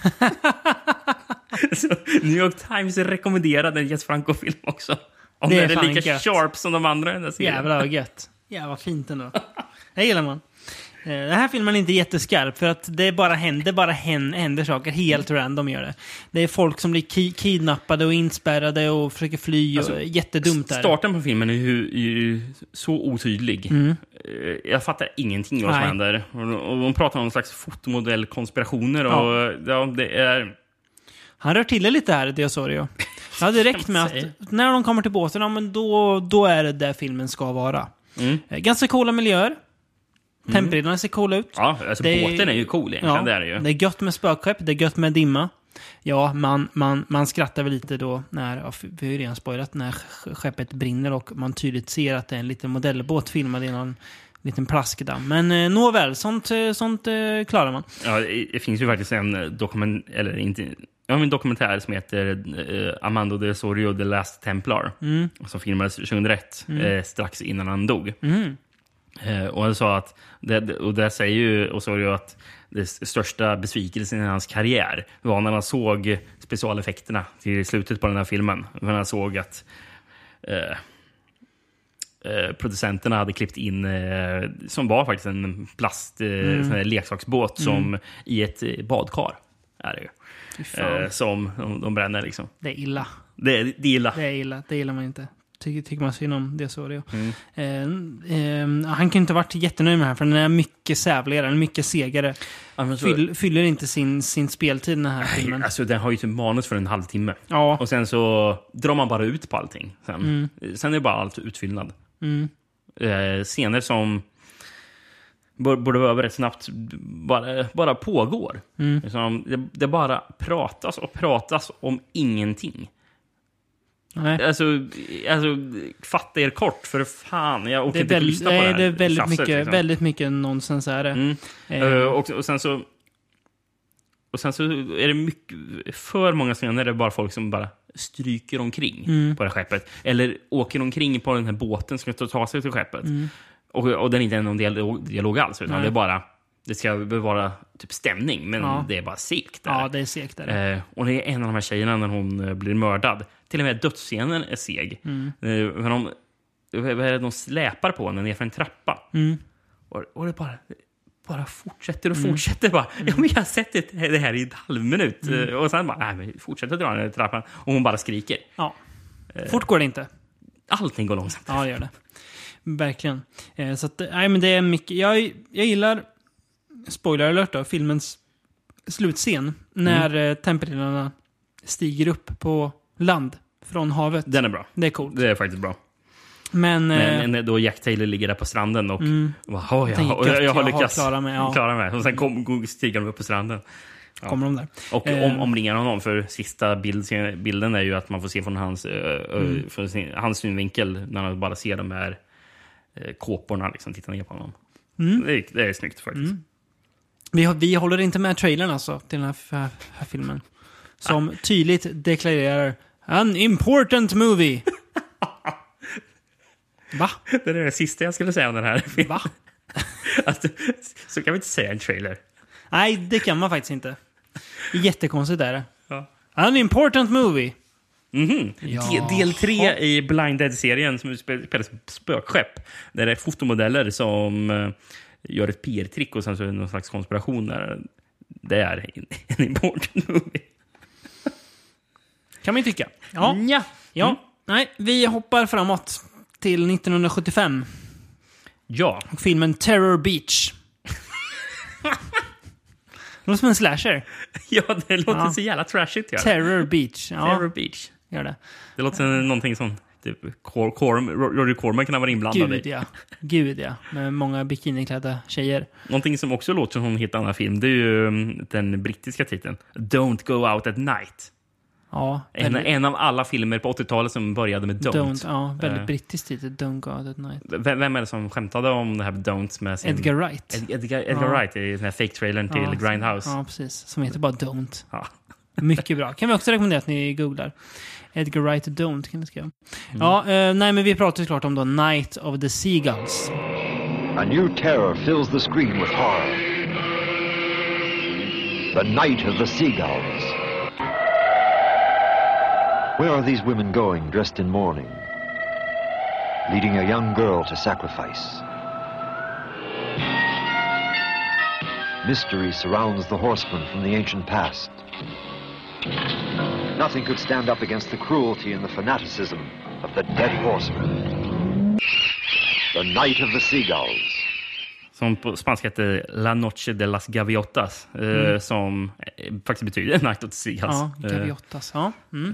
Så New York Times rekommenderade en Jet Franco-film också. Om det är lika gött. Sharp som de andra i den serien. Jävla gött. Jävla fint ändå. Det gillar man. Den här filmen är inte jätteskarp för att det bara händer saker helt random gör det. Det är folk som blir kidnappade och inspärrade och försöker fly och jättedumt där. Starten på filmen är ju så otydlig. Jag fattar ingenting vad som händer. Och de pratar om någon slags fotomodellkonspirationer och det är... Han rör till det lite här i De Osorio. Det hade räckt med att när de kommer till båten, men då är det där filmen ska vara. Ganska coola miljöer. Tempelriddarna ser coola ut. Ja, alltså båten är ju cool egentligen. Det är det ju. Det är gött med spökskepp, det är gött med dimma. Ja, man skrattar väl lite då när, vi har ju redan spoilat, när skeppet brinner och man tydligt ser att det är en liten modellbåt filmad i någon liten plaskdamm. Men nåväl, sånt klarar man. Ja, det finns ju faktiskt en dokumentär som heter Amanda de Osorio, The Last Templar som filmades 2001 strax innan han dog. Och han sa att och där säger ju Osorio att det största besvikelsen i hans karriär var när han såg specialeffekterna till slutet på den här filmen. När han såg att producenterna hade klippt in som var faktiskt en plast leksaksbåt som i ett badkar är det ju. Som de bränner liksom. Det är illa. Det är illa. Det gillar man inte. Tycker man synd om det så. Han kan inte ha varit jättenöjd med det här för den är mycket sävligare, den är mycket segare. Fyller inte sin speltid den här filmen. Alltså den har ju typ manus för en halvtimme. Ja. Och sen så drar man bara ut på allting. Sen är det bara allt utfyllnad. Scener som borde vara över rätt snabbt bara pågår. Det bara pratas om ingenting. Nej. Alltså fatta er kort för fan. Jag åker inte lyssna på det här. Det är väldigt mycket, liksom. Väldigt mycket nonsens är det. Och sen så är det mycket, för många scener är det bara folk som bara stryker omkring på det här skeppet. Eller åker omkring på den här båten som ska ta sig till skeppet. Och den är inte någon dialog alls, utan det är bara, det ska vara typ stämning, men det är bara segt där. Ja, det är segt där. Och det är en av de här tjejerna när hon blir mördad. Till och med dödsscenen är seg. De släpar på henne ner för en trappa. Och det bara fortsätter och fortsätter. Bara, ja, men jag har sett det här i en halv minut. Och sen bara, nej, men fortsätter dra ner trappan. Och hon bara skriker. Ja. Fort går det inte. Allting går långsamt. Ja, det gör det. Verkligen. Så att, nej, men det är mycket. Jag gillar, spoiler alert då, filmens slutscen. När tempelriddarna stiger upp på land från havet. Den är bra. Det är coolt. Det är faktiskt bra. Men då Jack Taylor ligger där på stranden och jag har lyckats klara mig. Och sen stiger de upp på stranden. Ja. Kommer de där. Och omringar honom, för sista bilden är ju att man får se från hans synvinkel när man bara ser de här kåporna liksom, titta ner på honom. Det är snyggt faktiskt. Vi håller inte med trailern alltså till den här filmen. Som tydligt deklarerar an important movie. Va? Det är det sista jag skulle säga om den här filmen. Va? Alltså, så kan vi inte säga en trailer. Nej, det kan man faktiskt inte. Jättekonstigt är det. Ja. An important movie. Ja. Del 3 i Blind Dead-serien som spelar spökskepp. Där det är fotomodeller som gör ett PR-trick och sen så är det någon slags konspiration där. Det är en important movie. Kan man ju tycka. Ja. Nej, vi hoppar framåt till 1975. Ja. Och filmen Terror Beach. Det låter som en slasher. Ja, det låter så jävla trashigt. Ja. Terror Beach. Ja. Terror Beach. Gör det. Det låter som någonting som typ Rory Corman kan vara inblandad i. Gud ja. Med många bikiniklädda tjejer. Någonting som också låter som en helt annan film, det är ju den brittiska titeln. Don't Go Out at Night. Ja. En av alla filmer på 80-talet som började med Don't. Ja, väldigt brittisk titel. Don't Go Out at Night. Vem är det som skämtade om det här Don't med sin... Edgar Wright. Edgar Wright i den här fake-trailern till Grindhouse. Ja, precis. Som heter bara Don't. Ja. Mycket bra. Kan vi också rekommendera att ni googlar. Edgar Wright Don't kan ni skriva. Ja, nej men vi pratar såklart om då Night of the Seagulls. A new terror fills the screen with horror. The Night of the Seagulls. Where are these women going dressed in mourning? Leading a young girl to sacrifice. Mystery surrounds the horsemen from the ancient past. Nothing could stand up against the cruelty and the fanaticism of the dead horsemen. The Night of the Seagulls. Som på spanska heter La Noche de las Gaviotas. Som faktiskt betyder Night of the Seagulls. Ja, Gaviotas. Ja.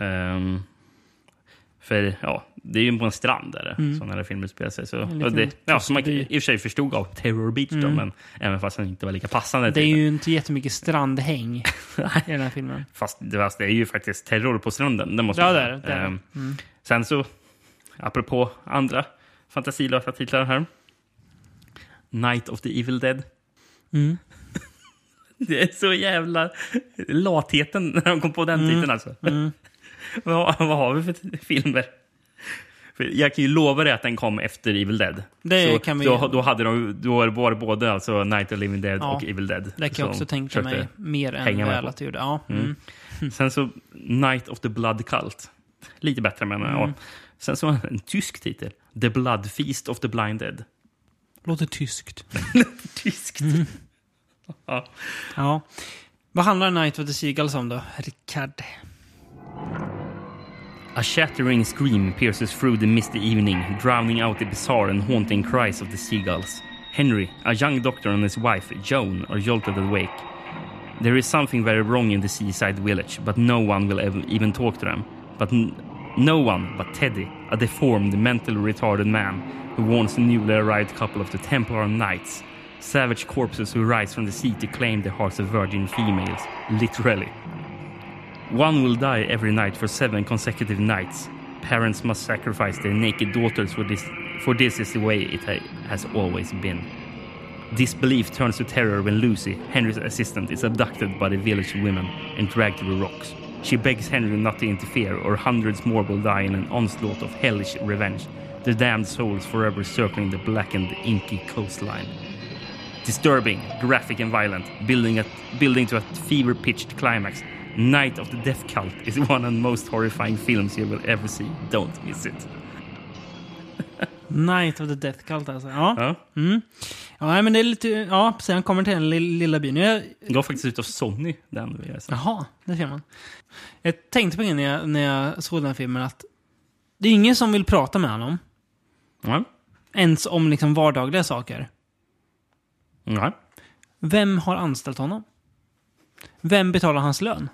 För det är ju på en strand där sådana här filmer spelar sig. Så, som man i och för sig förstod av Terror Beach då, men även fast den inte var lika passande. Det är ju inte jättemycket strandhäng i den här filmen. Fast det är ju faktiskt terror på stranden. Det måste det är. Sen så, apropå andra fantasilösa titlar här. Night of the Evil Dead. Det är så jävla latheten när de kom på den titeln alltså. Vad har vi för filmer? För jag kan ju lova dig att den kom efter Evil Dead. Då var det både alltså Night of the Living Dead och Evil Dead. Det kan jag också tänka mig mer än väl att det gjorde. Ja. Sen så Night of the Blood Cult. Lite bättre men Sen så en tysk titel. The Blood Feast of the Blind Dead. Låter tyskt. Tyskt. Ja. Vad handlar Night of the Seagulls om då, Rickard? A shattering scream pierces through the misty evening, drowning out the bizarre and haunting cries of the seagulls. Henry, a young doctor, and his wife, Joan, are jolted awake. There is something very wrong in the seaside village, but no one will even talk to them. But no one but Teddy, a deformed, mentally retarded man who warns the newly arrived couple of the Templar Knights, savage corpses who rise from the sea to claim the hearts of virgin females, literally. One will die every night for 7 consecutive nights. Parents must sacrifice their naked daughters for this is the way it has always been. Disbelief turns to terror when Lucy, Henry's assistant, is abducted by the village women and dragged to the rocks. She begs Henry not to interfere, or hundreds more will die in an onslaught of hellish revenge, the damned souls forever circling the blackened, inky coastline. Disturbing, graphic and violent, building to a fever-pitched climax, Night of the Death Cult is one of the most horrifying films you will ever see. Don't miss it. Night of the Death Cult alltså. Ja. Ja, men det är lite... Ja, sen kommer till den lilla byn. Jag går faktiskt ut av Sony, den. Jaha, det ser man. Jag tänkte på det när jag såg den här filmen att det är ingen som vill prata med honom. Ens om liksom vardagliga saker. Nej. Vem har anställt honom? Vem betalar hans lön?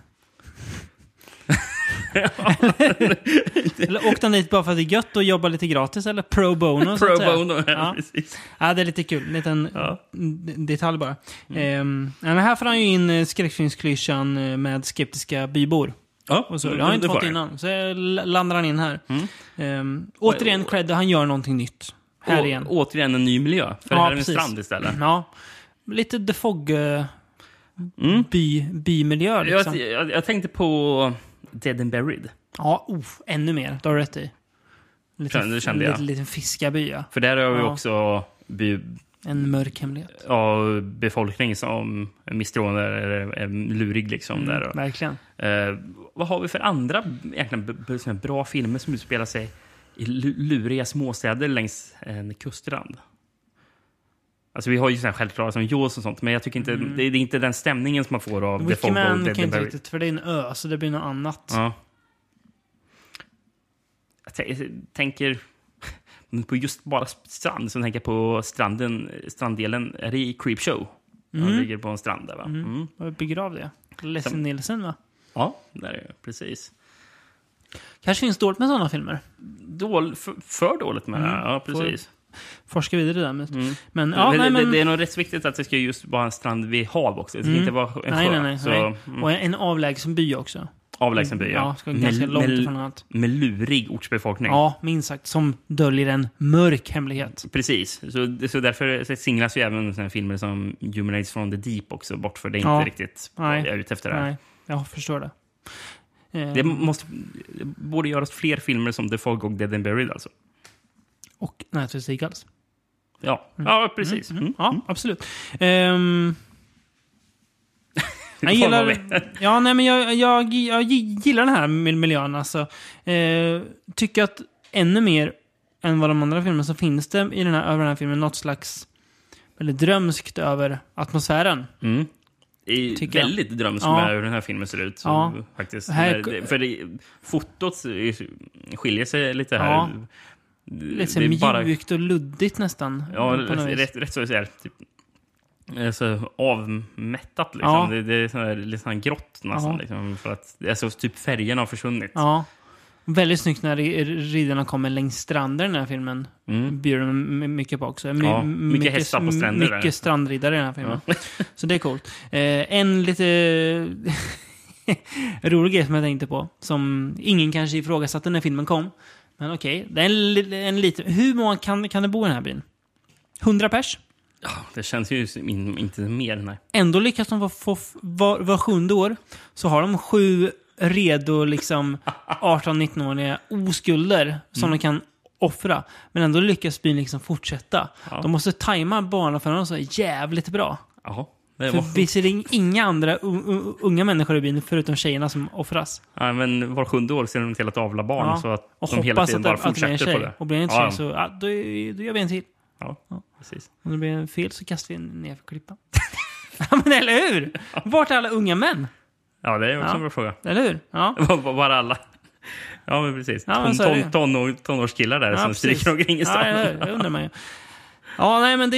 Eller åkte han dit bara för att det är gött och jobba lite gratis? Eller pro bono? Pro bono, precis. Ja, det är lite kul. En liten detalj bara. Men här får han ju in skräckfilmsklyschan med skeptiska bybor. Och så. Jag har inte fått innan. Så landar han in här. Återigen cred, han gör någonting nytt. Här igen. Återigen en ny miljö. För här är en strand istället. Ja. Lite The Fog... bymiljö liksom. Jag tänkte på Dead and Buried. Ja, ännu mer. Det har du rätt i. Det kände jag. Liten fiskarby, ja. För där har vi också en mörk hemlighet. Ja, befolkning som är misstroende är lurig liksom. Där. Verkligen. Vad har vi för andra egentligen bra filmer som utspelar sig i luriga småstäder längs en kustrand? Alltså vi har ju sådana självklara som Jaws och sånt, men jag tycker inte det är inte den stämningen som man får av The Fog Man kan inte riktigt, för det är en ö, så det blir något annat. Ja. Jag tänker på just bara strand, så tänker jag på stranddelen. Är det i Creepshow? Han ligger på en strand där, va? Vad bygger av det? Leslie Nielsen, va? Ja, där är det. Precis. Kanske finns dåligt med sådana filmer. För dåligt med det. Ja, precis. Forska vidare där. Men det är nog rätt viktigt att det ska just vara en strand vid hav också. Det ska inte vara en sjö. Nej. Och en avlägsen by också. Avlägsen by, ja. Ska ganska långt ifrån allt. Med lurig ortsbefolkning. Ja, minst sagt. Som döljer en mörk hemlighet. Precis. Så därför singlas ju även såna filmer som Humanoids from the Deep också bort. För det är inte riktigt vad jag är ute efter det här. Nej, jag förstår det. Det borde göras fler filmer som The Fog och Dead and Buried alltså. Och Night with Seagulls. Ja, ja precis. Ja, absolut. Jag gillar, jag gillar den här miljön. Alltså. Tycker att ännu mer än vad de andra filmerna så finns det i över den här filmen något slags väldigt drömskt över atmosfären. Väldigt drömskt med hur den här filmen ser ut. Faktiskt. Fotot skiljer sig lite här. Ja. Lite mjukt och luddigt nästan. Ja, rätt så är typ så avmättat liksom. Ja. Det är lite sån här grått nästan liksom, för att alltså, typ färgerna har försvunnit. Ja. Väldigt snyggt när riddarna kommer längs stranden i den här filmen. Bjuder de mycket på också. Mycket hästar på stränder. Mycket strandridare i den här filmen. Ja. Så det är coolt. En lite rolig grej som jag tänkte på, som ingen kanske ifrågasatte när filmen kom. Men okej, det är en liten... Hur många kan det bo i den här byn? 100 pers? Ja, det känns ju inte mer, nej. Ändå lyckas de få var 7:e år så har de 7 redo liksom 18-19-åriga oskulder som de kan offra. Men ändå lyckas byn liksom fortsätta. Ja. De måste tajma barnafödarna så jävligt bra. Jaha. För vi ser inga andra unga människor i byn förutom tjejerna som offras. Ja, men var 7:e år ser de till att avla barn så att de hela tiden bara fortsätter på det. Och blir en tjej så då gör vi en till. Ja, precis. Om det blir en fel så kastar vi ner för klippan. Men eller hur? Vart är alla unga män? Ja, det är också en bra fråga. Eller hur? Ja. Var alla? Ja, men precis. Tonårskillar där som stryker omkring i stan. Ja, det undrar man ju. Ja, nej, men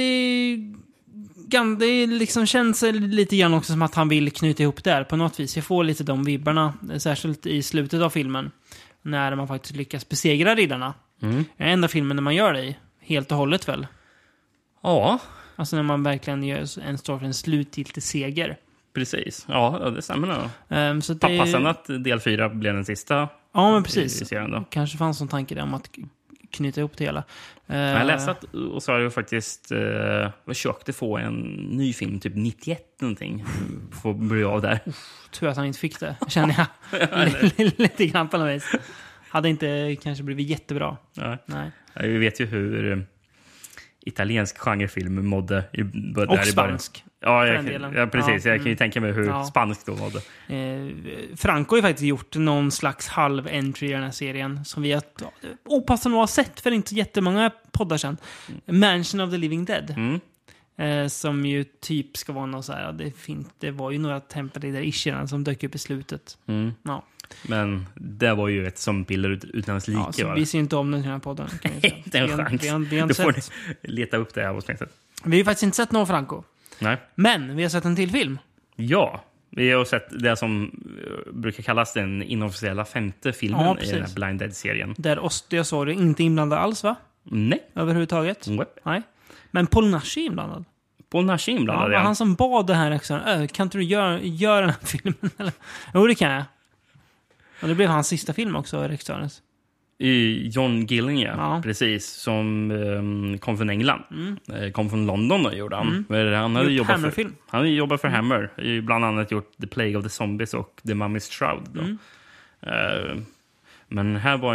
det liksom känns lite grann också som att han vill knyta ihop där på något vis. Jag får lite de vibbarna, särskilt i slutet av filmen, när man faktiskt lyckas besegra riddarna. Enda filmen när man gör det helt och hållet väl? Ja. Alltså när man verkligen står för en slutgiltig seger. Precis, ja det stämmer nog. Så det... Passande att del 4 blev den sista. Ja, men precis. Kanske fanns en tanke där om att knyta ihop det hela. Jag läste att Osario faktiskt försökte få en ny film, typ 91 någonting. Få börja av där. Tur att han inte fick det, känner jag. Lite grann på något vis. Hade inte kanske blivit jättebra. Nej. Vi vet ju hur italiensk genrefilm mådde och spansk. Ja, precis. Jag kan ju tänka mig hur spansk då mådde. Franco har ju faktiskt gjort någon slags halv-entry i den här serien som vi har opassande har sett för inte jättemånga poddar sedan. Mansion of the Living Dead. Som ju typ ska vara något så här. Det var ju några Tempelriddare-ish som dök upp i slutet. Ja. Men det var ju ett som piller utan hans like. Så vi ser inte om den här podden. Inte en chans. Då får ni leta upp det här avsnittet. Vi har ju faktiskt inte sett någon Franco. Nej. Men vi har sett en till film. Ja, vi har sett det som brukar kallas den inofficiella 5:e filmen i den här Blind Dead-serien. Där Osteosaurus inte är inblandad alls, va? Nej. Överhuvudtaget? Nej. Men Paul Nash är inblandad. Paul Nash är inblandad, ja. Han som bad det här regissören. Kan inte du göra den här filmen? Eller? Jo, det kan jag. Och det blev hans sista film också, regissörens. John Gilling, ja. Precis. Som kom från England. Kom från London och gjorde han. Han hade jobbat för Hammer. Bland annat gjort The Plague of the Zombies och The Mummy's Shroud. Men här var han ju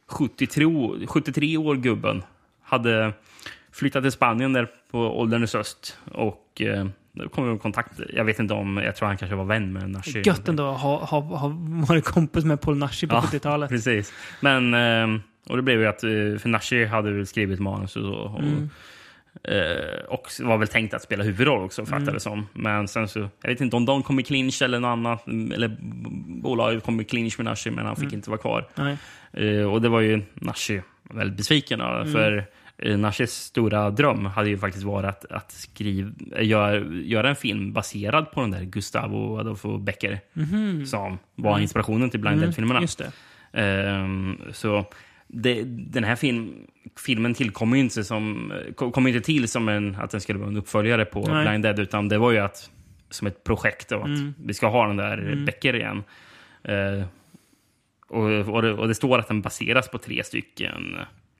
73 år gubben hade flyttat till Spanien där på ålderns höst och då kom vi i kontakt. Jag vet inte om, jag tror han kanske var vän med Nashi. Gött ändå ha varit kompis med Paul Nashi på 70-talet. Precis. Men och det blev ju att för Nashi hade väl skrivit manus och och var väl tänkt att spela huvudroll också, fattade det som. Men sen så, jag vet inte om de kom i clinch eller något annat, eller bolaget kom i clinch med Nashi, men han fick inte vara kvar. Och det var ju Nashi väldigt besviken för Nashis stora dröm hade ju faktiskt varit att göra en film baserad på den där Gustavo Adolfo Becker som var inspirationen till Blind Dead-filmerna. Just det. Så den här filmen tillkom ju inte kom inte till som att den skulle vara en uppföljare på Blind Dead, utan det var ju som ett projekt och att vi ska ha den där Becker igen. Och det står att den baseras på 3 stycken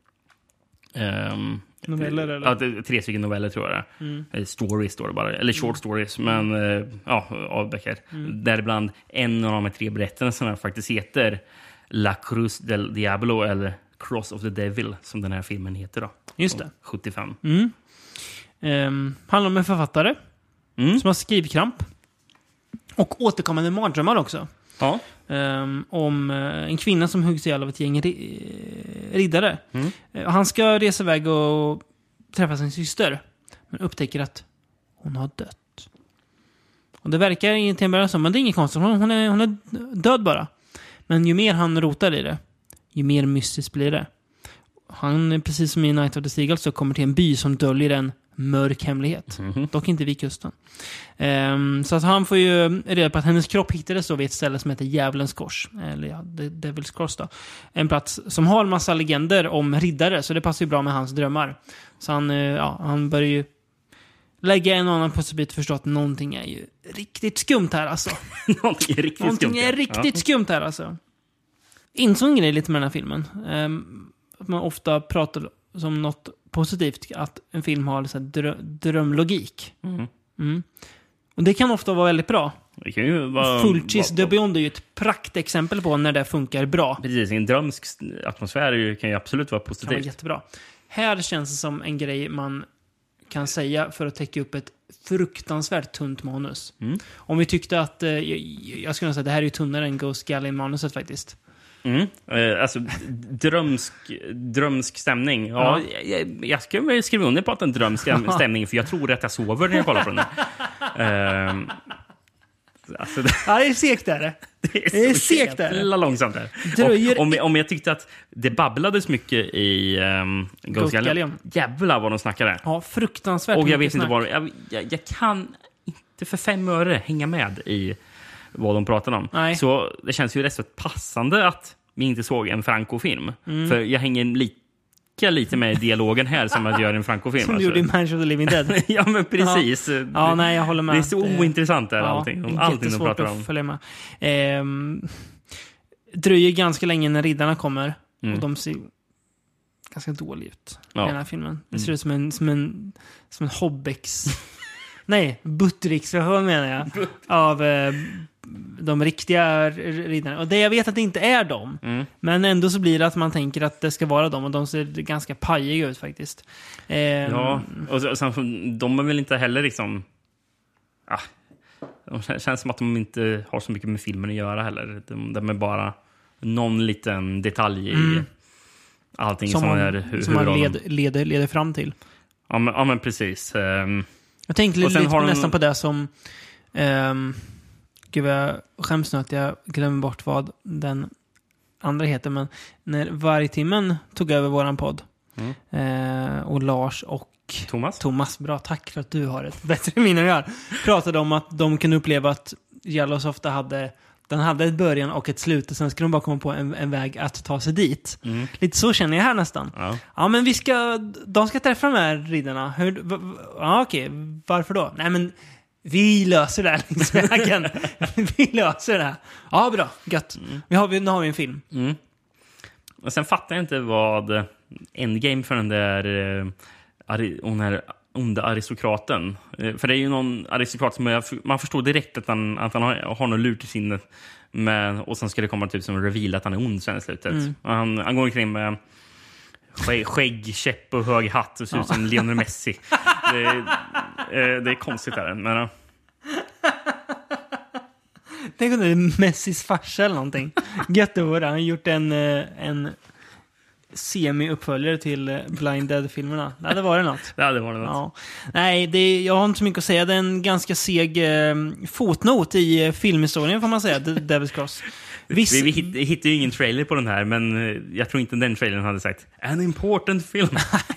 noveller, eller? Ja, 3 stycken noveller tror jag det. Stories står det bara, eller short stories, men av Becker. Däribland en av de 3 berättelserna faktiskt heter La Cruz del Diablo eller Cross of the Devil, som den här filmen heter då. Just det. 75. Handlar om en författare som har skrivkramp och återkommande mardrömmar också. Ja. Om en kvinna som huggs ihjäl av ett gäng riddare. Han ska resa iväg och träffa sin syster, men upptäcker att hon har dött. Och det verkar i en början som, men det är inget konstigt. Hon är död bara. Men ju mer han rotar i det, ju mer mystiskt blir det. Han, precis som i Night of the Seagull, så kommer till en by som döljer en mörk hemlighet. Dock inte vid kusten. Så att han får ju reda på att hennes kropp hittades då vid ett ställe som heter Djävulens kors. Eller Devil's Cross då. En plats som har en massa legender om riddare, så det passar ju bra med hans drömmar. Så han börjar ju lägga en annan pusselbit och förstå att någonting är ju riktigt skumt här alltså. Någonting är riktigt skumt här alltså. Insåg en grej lite med den här filmen. Att man ofta pratar som något positivt, att en film har så här drömlogik. Och det kan ofta vara väldigt bra. Det kan ju vara, Fulcis The Beyond är ju ett praktexempel på när det funkar bra. Precis, en drömsk atmosfär kan ju absolut vara positivt. Det kan vara jättebra. Här känns det som en grej man kan säga för att täcka upp ett fruktansvärt tunt manus. Om vi tyckte att jag skulle säga att det här är ju tunnare än Ghost Gallion-manuset faktiskt. Alltså drömsk stämning. Ja, jag ska väl skriva under på att en drömsk stämning, för jag tror att jag sover när jag kollar på den. Alltså, ja, det är segt där. Det är segt där. Långsamt där. Om jag tyckte att det babblades mycket i Ghost Gallion. Jävlar vad de snackade. Ja, fruktansvärt. Och jag vet inte vad jag kan inte för 5 öre hänga med i vad de pratar om. Nej. Så det känns ju rätt så passande att vi inte såg en Franco-film. För jag hänger lite med dialogen här som att göra en Franco-film. Som du gjorde i Man of the Living Dead. Ja, men precis. Ja, nej, jag håller med. Det är så ointressant där, allting de pratar om. Att följa med. Dröjer ganska länge när riddarna kommer. Och de ser ganska dåliga ut i den här filmen. Det ser ut som en Hobbex. Nej, Buttricks, vad menar jag? Av de riktiga riddarna. Och det jag vet att det inte är dem. Men ändå så blir det att man tänker att det ska vara dem. Och de ser ganska pajiga ut faktiskt. Ja, och sen, de är väl inte heller liksom... Det känns som att de inte har så mycket med filmen att göra heller. De är bara någon liten detalj i allting som leder fram till. Ja, men precis. Jag tänkte lite nästan på det som... Gud, jag skäms nu att jag glömmer bort vad den andra heter. Men när Vargtimmen tog över våran podd och Lars och Thomas, bra, tack för att du har ett bättre minne än jag pratade om att de kunde uppleva att Yellows ofta hade ett början och ett slut, och sen ska de bara komma på en väg att ta sig dit. Lite så känner jag här nästan. Ja, men de ska träffa de här riddarna. Okej, varför då? Nej, men vi löser det här liksom. Vi löser det här. Ja, bra, gött. Nu har vi en film. Och sen fattar jag inte vad endgame för den där onda aristokraten. För det är ju någon aristokrat som man förstår direkt att han har något lurt i sinnet. Och sen ska det komma typ som en reveal att han är ond sen i slutet. Han går omkring med skägg, käpp och hög hatt och ser ut som Lionel Messi. Det är konstigt där. Men, tänk om det är Messis farsa eller någonting. Gött ord. Han har gjort en semi-uppföljare till Blind Dead-filmerna. Det hade varit något. Ja. Nej, jag har inte så mycket att säga. Det är en ganska seg fotnot i filmhistorien, får man säga. Devil's Cross. Vi hittade ju ingen trailer på den här, men jag tror inte den trailern hade sagt an important film.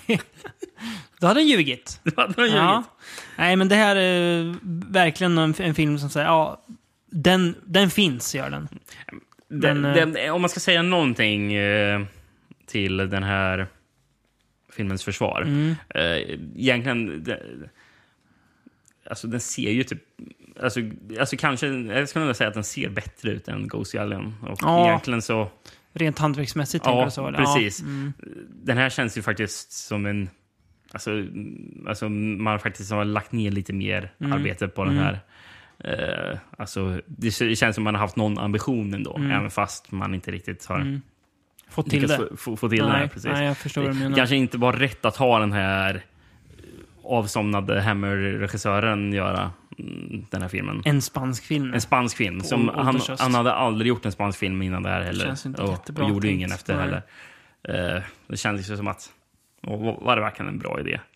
Då hade den ljugit. Ja. Nej, men det här är verkligen en film som säger den finns, gör den. Om man ska säga någonting till den här filmens försvar. Egentligen alltså den ser ju typ alltså kanske jag skulle nog säga att den ser bättre ut än Ghost Galleon och egentligen så rent hantverksmässigt tänker jag så. Precis. Den här känns ju faktiskt som en alltså man faktiskt har lagt ner lite mer arbete på den här. Alltså det känns som man har haft någon ambition ändå, även fast man inte riktigt har fått till det. Få till det här, precis. Nej, jag förstår vad du menar. Kanske inte var rätt att ha den här avsomnade Hammer-regissören göra den här filmen. En spansk film. En spansk film. Som han hade aldrig gjort en spansk film innan det här heller. Och gjorde ingen efter heller. Det kändes ju som att var det verkligen en bra idé.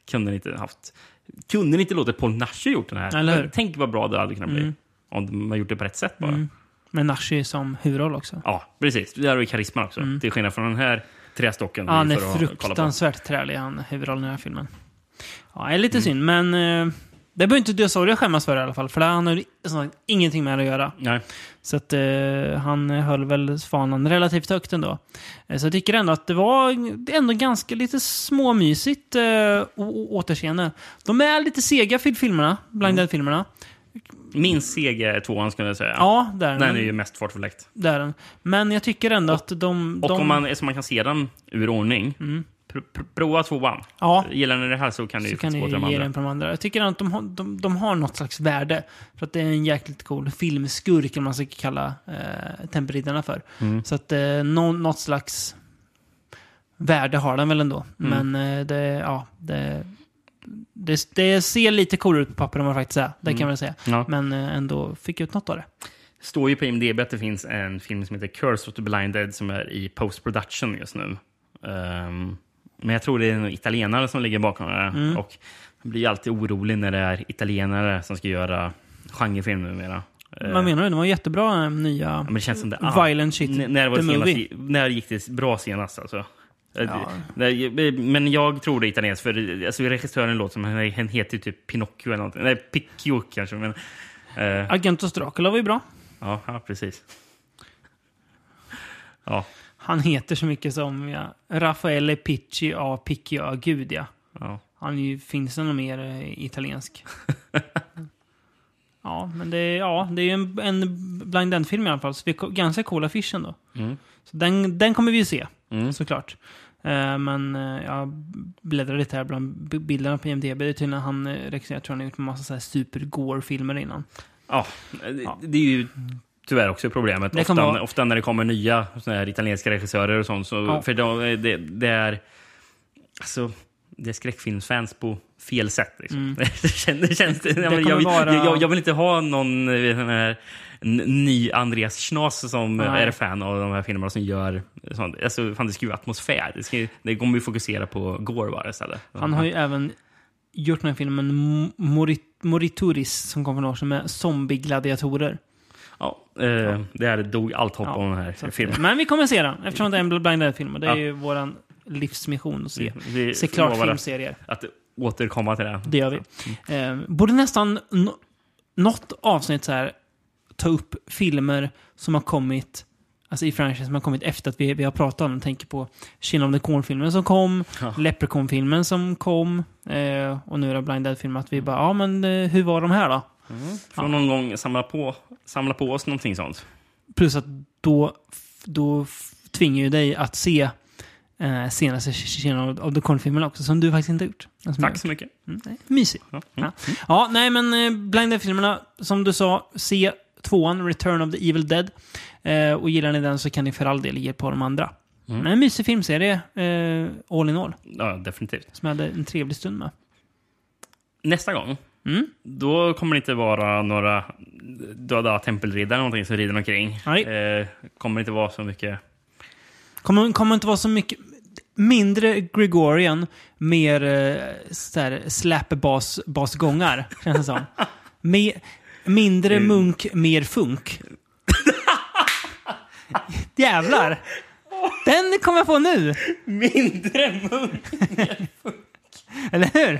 Kunde inte låta Paul Naschy gjort den här. Eller hur? Tänk vad bra det hade kunnat bli. Om man gjort det på rätt sätt bara. Men Naschy som huvudroll också. Ja, precis. Det har ju karisma också. Till skillnad från den här trästocken. Han är fruktansvärt trälig, han huvudrollen i den här filmen. Ja, det är lite synd, men det behöver inte Diosaurio skämmas för i alla fall. För han har ingenting med det att göra. Nej. Så att han höll väl fanan relativt högt ändå. Så jag tycker ändå att det var ändå ganska lite småmysigt återseende. De är lite sega filmerna, Blind Dead-filmerna. Min sega är 2:an skulle jag säga. Ja, där den är ju mest fartförläckt. Där. Men jag tycker ändå att de... om man kan se den ur ordning... Prova 2:an. Ja. Gillar ni det här så kan ni ge den på de andra. Jag tycker att de har något slags värde. För att det är en jäkligt cool filmskurk, man ska kalla Temperiddarna för. Så att något slags värde har den väl ändå. Men det ser lite cool ut på papper om man faktiskt säger. Det kan man säga. Ja. Men ändå fick ut något av det. Står ju på IMDb att det finns en film som heter Curse of the Blind Dead som är i post-production just nu. Men jag tror det är en italienare som ligger bakom det. Och jag blir alltid orolig när det är italienare som ska göra genrefilm numera. Vad menar du? Det var jättebra nya men det känns som det, Violent Shit. När gick det bra senast alltså? Ja. Men jag tror det är italienskt. För alltså, regissören låter som han heter typ Pinocchio eller någonting. Nej, Picchio kanske. Men, Agentos Dracula var ju bra. Ja, precis. Ja. Han heter så mycket som Raffaele Picci A. Picchio Gud, ja. Han finns det någon mer italiensk. Ja, men det är ju en Blind Dead-film i alla fall. Så det är ganska cool affisch ändå. Så den kommer vi ju se, såklart. Men jag bläddrar lite här bland bilderna på IMDb. Det är tydligen han regisserat, tror jag, har gjort en massa så här super-gore-filmer innan. Ja, det är ju tyvärr också problemet. Ofta när det kommer nya såna här italienska regissörer och sånt. För det är alltså, det är skräckfilmsfans på fel sätt. Liksom. Det känns jag vill inte ha någon ny Andreas Schnaas som är fan av de här filmerna som gör sånt. Alltså, fan, det ska ju atmosfär. Det kommer ju fokusera på gore bara istället. Han har ju även gjort den här filmen Morituris som kom för några år sedan med zombie-gladiatorer. Ja, det dog allt hopp om den här filmen. Men vi kommer se den, eftersom det är en Blind Dead-film. Det är ju våran livsmission att se klart filmserier. Att återkomma till det. Det gör vi. Borde nästan något avsnitt så här ta upp filmer som har kommit, alltså i franchise som har kommit efter att vi har pratat om. Tänker på Children of the Corn-filmen som kom, Leprechaun-filmen som kom, och nu är det Blind Dead-filmen. Att vi bara, men hur var de här då? Får någon gång samla på oss någonting sånt. Plus att då tvingar ju dig att se senaste Children of the Corn-filmen också, som du faktiskt inte har gjort. Tack så mycket. Mysigt. Ja, nej, men Blind Dead-filmerna, som du sa, se 2:an, Return of the Evil Dead. Och gillar ni den så kan ni för all del ge på de andra. Men en mysig filmserie, all in all. Ja, definitivt. Som jag hade en trevlig stund med. Nästa gång, då kommer det inte vara några döda tempelriddare någonting som rider omkring. Kommer det inte vara så mycket... Kommer inte vara så mycket... Mindre Gregorian, mer släpbasgångar, känns det som. Mindre munk, mer funk. Jävlar! Den kommer jag få nu! Mindre munk, mer funk. Eller hur?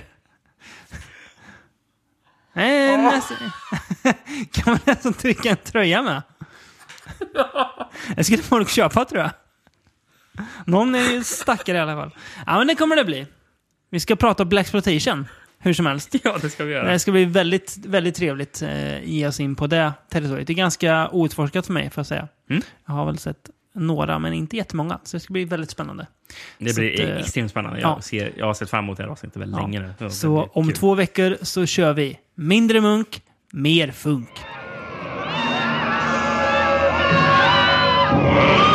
Kan man nästan trycka en tröja med? Jag skulle folk köpa, tror jag. Någon är ju stackare i alla fall. Ja, men det kommer det bli. Vi ska prata om Blaxploitation hur som helst. Ja, det ska vi göra. Det ska bli väldigt, väldigt trevligt ge oss in på det territoriet. Det är ganska outforskat för mig, får jag säga. Jag har väl sett några, men inte jättemånga. Så det ska bli väldigt spännande. Det blir extremt spännande. Jag har sett fram emot det här avsnittet väldigt länge nu. Så om 2 veckor så kör vi mindre munk, mer funk.